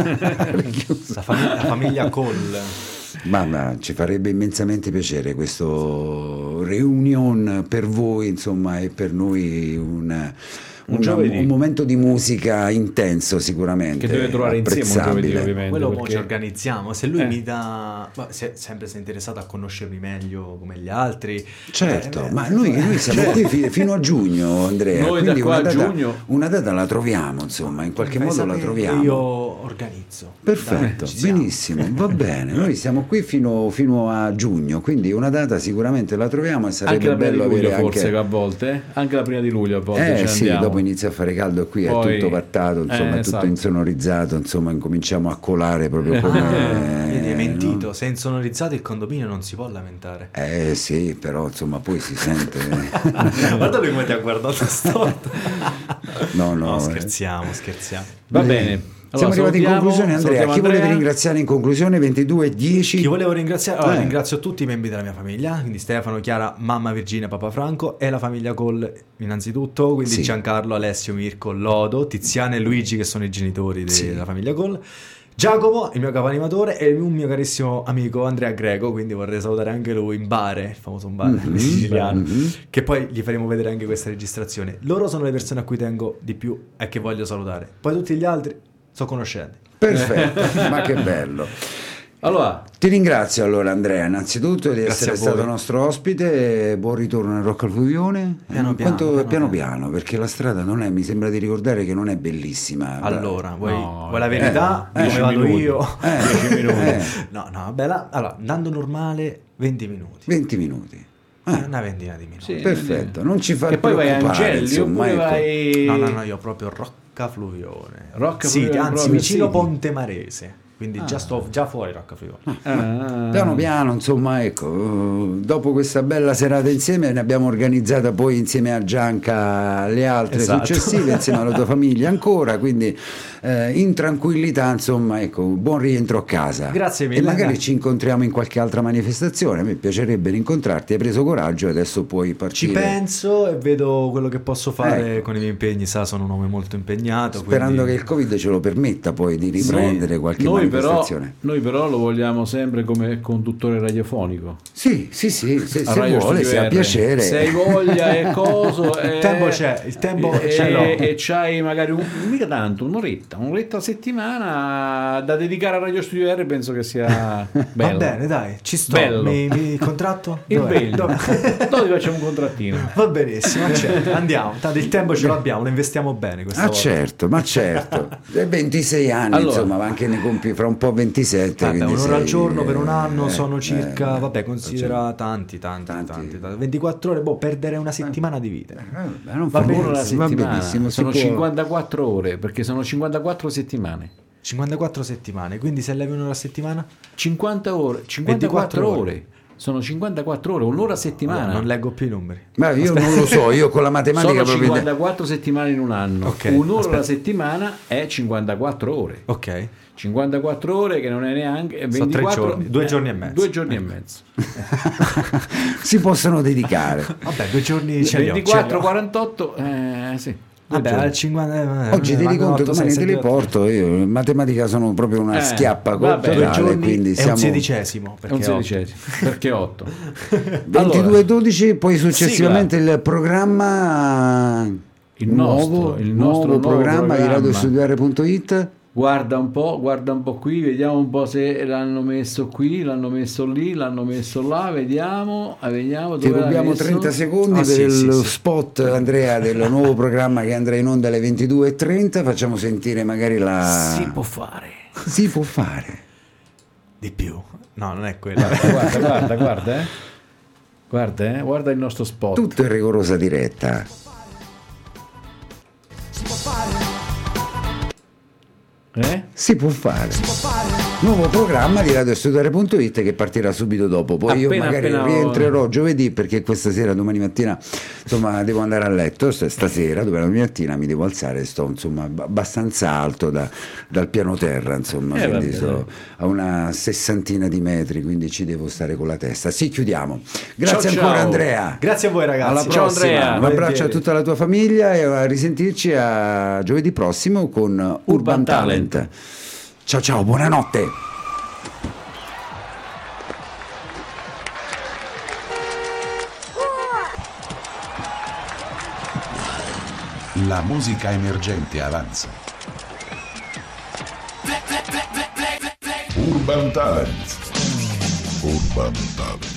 E: La famiglia, la famiglia Cole.
D: Ma, ma ci farebbe immensamente piacere questo reunion per voi, insomma, e per noi un,
C: Un
D: un,
C: giovedì.
D: un momento di musica intenso sicuramente.
C: che deve trovare insieme un giovedì
D: apprezzabile.
C: ovviamente.
E: Quello mo
C: perché-
E: ci organizziamo. Se lui
C: Eh.
E: mi dà. Ma se sempre sei interessato a conoscermi meglio come gli altri.
D: Certo,
E: eh, beh,
D: ma noi, noi siamo qui fi- fino a giugno, Andrea,
C: Noi da
D: quindi
C: qua
D: una
C: a
D: data,
C: giugno-
D: una data la troviamo, insomma, in qualche
E: fai
D: modo la
E: sapere,
D: troviamo.
E: Io organizzo.
D: Perfetto,
E: Dai, ci siamo.
D: benissimo, va bene. Noi siamo qui fino, fino a giugno, quindi una data sicuramente la troviamo e sarebbe
C: anche la prima
D: bello
C: di luglio
D: avere
C: forse
D: anche.
C: a volte, eh? anche la prima di luglio a volte ce
D: Eh
C: ne
D: sì,
C: andiamo.
D: dopo inizia a fare caldo qui,
C: Poi-
D: è tutto vattato, insomma,
C: eh,
D: è tutto
C: esatto.
D: insonorizzato, insomma, incominciamo a colare proprio come.
E: Ah, vedi, hai
D: eh,
E: mentito.
D: no?
E: Se è insonorizzato il condominio non si può lamentare.
D: Eh sì, però insomma poi si sente.
E: Guarda lui come ti ha guardato storto.
D: No, no.
E: No,
D: eh.
E: scherziamo, scherziamo.
C: Va
D: Eh,
C: bene.
D: Siamo
C: Allora,
D: arrivati in
C: salutiamo-
D: conclusione, Andrea.
C: salutiamo
D: Chi volevi
C: Andrea.
D: ringraziare in conclusione? ventidue e dieci.
E: Chi volevo ringraziare? Allora,
D: Eh.
E: ringrazio tutti i membri della mia famiglia, quindi Stefano, Chiara, mamma Virginia, papà Franco e la famiglia Cole innanzitutto, quindi
D: Sì.
E: Giancarlo, Alessio, Mirko, Lodo, Tiziana e Luigi che sono i genitori de-
D: Sì.
E: della famiglia Cole. Giacomo, il mio capo animatore, e un mio carissimo amico Andrea Greco, quindi vorrei salutare anche lui in Bare, il famoso bar
D: Mhm,
E: siciliano,
D: mhm.
E: che poi gli faremo vedere anche questa registrazione. Loro sono le persone a cui tengo di più e che voglio salutare. Poi tutti gli altri sono conoscenti.
D: Perfetto, ma che bello.
C: Allora,
D: ti ringrazio allora Andrea innanzitutto di
E: Grazie
D: essere stato nostro ospite, buon ritorno nel Rocca al Fluvione.
E: Piano piano,
D: Quanto,
E: piano,
D: piano,
E: piano.
D: piano, perché la strada non è, mi sembra di ricordare che non è bellissima.
E: Allora, vuoi,
C: No,
E: vuoi la verità?
D: eh,
E: Come
D: eh,
E: vado
C: minuti.
E: io?
D: Eh,
C: dieci minuti.
D: eh,
E: No, no, vabbè, la- allora, andando normale venti minuti.
D: venti minuti.
E: Eh,
D: Eh,
E: Una ventina di minuti.
C: Sì.
D: perfetto, non ci fa
C: E poi vai a
D: preoccupare,
C: Angelli
D: insomma,
C: oppure
D: ecco.
C: vai...
E: No, no, no, io proprio Rocca Fluvione.
C: Rocca
E: Sì,
C: Fluvione
E: anzi,
C: proprio,
E: vicino
C: sì.
E: Ponte Marese. Quindi già sto già fuori Rocca Fluvione.
C: Ah.
D: Piano piano, insomma, ecco, eh, dopo questa bella serata insieme ne abbiamo organizzata poi insieme a Gianca le altre
E: Esatto.
D: successive, insieme alla tua famiglia ancora, quindi eh, in tranquillità, insomma, ecco, buon rientro a casa.
E: Grazie mille.
D: E magari ci incontriamo in qualche altra manifestazione, a me piacerebbe rincontrarti, hai preso coraggio e adesso puoi
E: Ci
D: partire.
E: penso e vedo quello che posso fare
D: Ecco.
E: con i miei impegni, sa, sono un uomo molto impegnato.
D: Sperando
E: quindi...
D: che il Covid ce lo permetta poi di riprendere qualche
C: noi però,
D: manifestazione.
C: noi però lo vogliamo sempre come conduttore radiofonico.
D: Sì, sì, sì, se,
C: A
D: se
C: Radio
D: vuole,
C: Studio
D: se ha
C: R.
D: piacere.
C: Se hai voglia e coso.
E: Il tempo c'è, il tempo
C: e,
E: ce l'ho.
C: E c'hai magari un, mica tanto, un'oretta, un'oretta a settimana da dedicare a Radio Studio R, penso che sia bello.
E: Va bene, dai, ci sto.
C: Bello.
E: Mi, mi- il contratto?
C: Il
E: Dov'è?
C: bello.
E: Dov'è?
C: Noi ti facciamo un contrattino.
E: Va benissimo, accetto. Andiamo. Tanto il tempo ce l'abbiamo, lo investiamo bene questa
D: Ah
E: volta.
D: certo, ma certo, E ventisei anni,
C: Allora.
D: insomma, ma anche ne compi fra un po' ventisette.
E: Vabbè,
D: quindi
E: un'ora al
D: sei-
E: giorno per un anno
D: eh,
E: sono
D: eh,
E: circa,
D: eh,
E: vabbè, considera tanti, tanti,
D: Tanti.
E: tanti, tanti. ventiquattro ore, boh, perdere una settimana di vita.
D: eh, vabbè, non
C: Va
D: fa
C: bene
D: niente,
C: una
D: va
C: settimana,
D: benissimo, si
C: sono
D: può-
C: cinquantaquattro ore, perché sono cinquantaquattro settimane.
E: cinquantaquattro settimane, quindi se levi un'ora a settimana?
C: cinquanta ore, cinquantaquattro ore. Sono cinquantaquattro ore, un'ora a settimana.
E: Allora, non leggo più i numeri.
D: Ma io non lo so, io con la matematica
C: Sono
D: proprio.
C: cinquantaquattro settimane in un anno.
E: Ok,
C: Un'ora
E: aspetta.
C: alla settimana è cinquantaquattro ore.
E: Ok.
C: cinquantaquattro ore che non è neanche è
E: Sono tre
C: ventiquattro
E: giorni, due
C: eh,
E: giorni e mezzo.
C: Due giorni e mezzo.
D: si possono dedicare.
E: Vabbè, due giorni ce li ho,
C: ventiquattro
E: ce li ho.
C: quarantotto eh sì. Due
E: Vabbè,
C: giorni.
E: al cinquanta eh,
D: Oggi ti
E: mancano
D: conto,
E: otto,
D: domani
E: sei,
D: te li
E: sette, otto.
D: porto. Io in matematica sono proprio una
C: Eh,
D: schiappa
C: vabbè,
E: Due
D: totale,
E: giorni
D: quindi
E: è
D: siamo
E: un sedicesimo.
C: È un
E: Perché otto.
C: sedicesimo. Perché otto?
D: ventidue e dodici, poi successivamente
C: sigla.
D: il programma
C: Il
D: nuovo,
C: nostro, il
D: nuovo
C: nostro nuovo
D: programma, di
C: programma.
D: radio studio r punto it.
C: Guarda un po', guarda un po' qui, vediamo un po' se l'hanno messo qui, l'hanno messo lì, l'hanno messo là, vediamo, eh, vediamo
D: Ti
C: dove l'ha
D: rubiamo
C: messo.
D: trenta secondi
E: Ah,
D: per
E: sì,
D: il
E: sì, sì.
D: spot, Andrea, del nuovo programma che andrà in onda alle ventidue e trenta. Facciamo sentire magari la...
C: Si può fare.
D: Si può fare.
E: Di più. No, non è quello.
C: Guarda, guarda, guarda, eh. Guarda, eh. Guarda il nostro spot.
D: Tutto in rigorosa diretta.
C: Eh?
D: Si può fare. Nuovo programma di radio studio r punto it che partirà subito dopo. Poi io
C: Appena,
D: magari
C: appena-
D: rientrerò giovedì perché questa sera, domani mattina, insomma, devo andare a letto. st- Stasera, domani mattina mi devo alzare. Sto insomma ab- abbastanza alto da- dal piano terra, insomma,
C: Eh,
D: quindi
C: vabbè,
D: sto a una sessantina di metri, quindi ci devo stare con la testa. Sì, chiudiamo. Grazie
C: Ciao,
D: ancora,
C: ciao.
D: Andrea.
E: Grazie a voi ragazzi.
D: Alla
C: Ciao,
D: prossima.
C: Andrea.
D: Un abbraccio a
E: Volentieri.
D: tutta la tua famiglia e a risentirci a giovedì prossimo con Urban,
C: Urban
D: Talent.
C: Talent.
D: Ciao ciao, buonanotte.
A: La musica emergente avanza. Urban Talent. Urban Talent.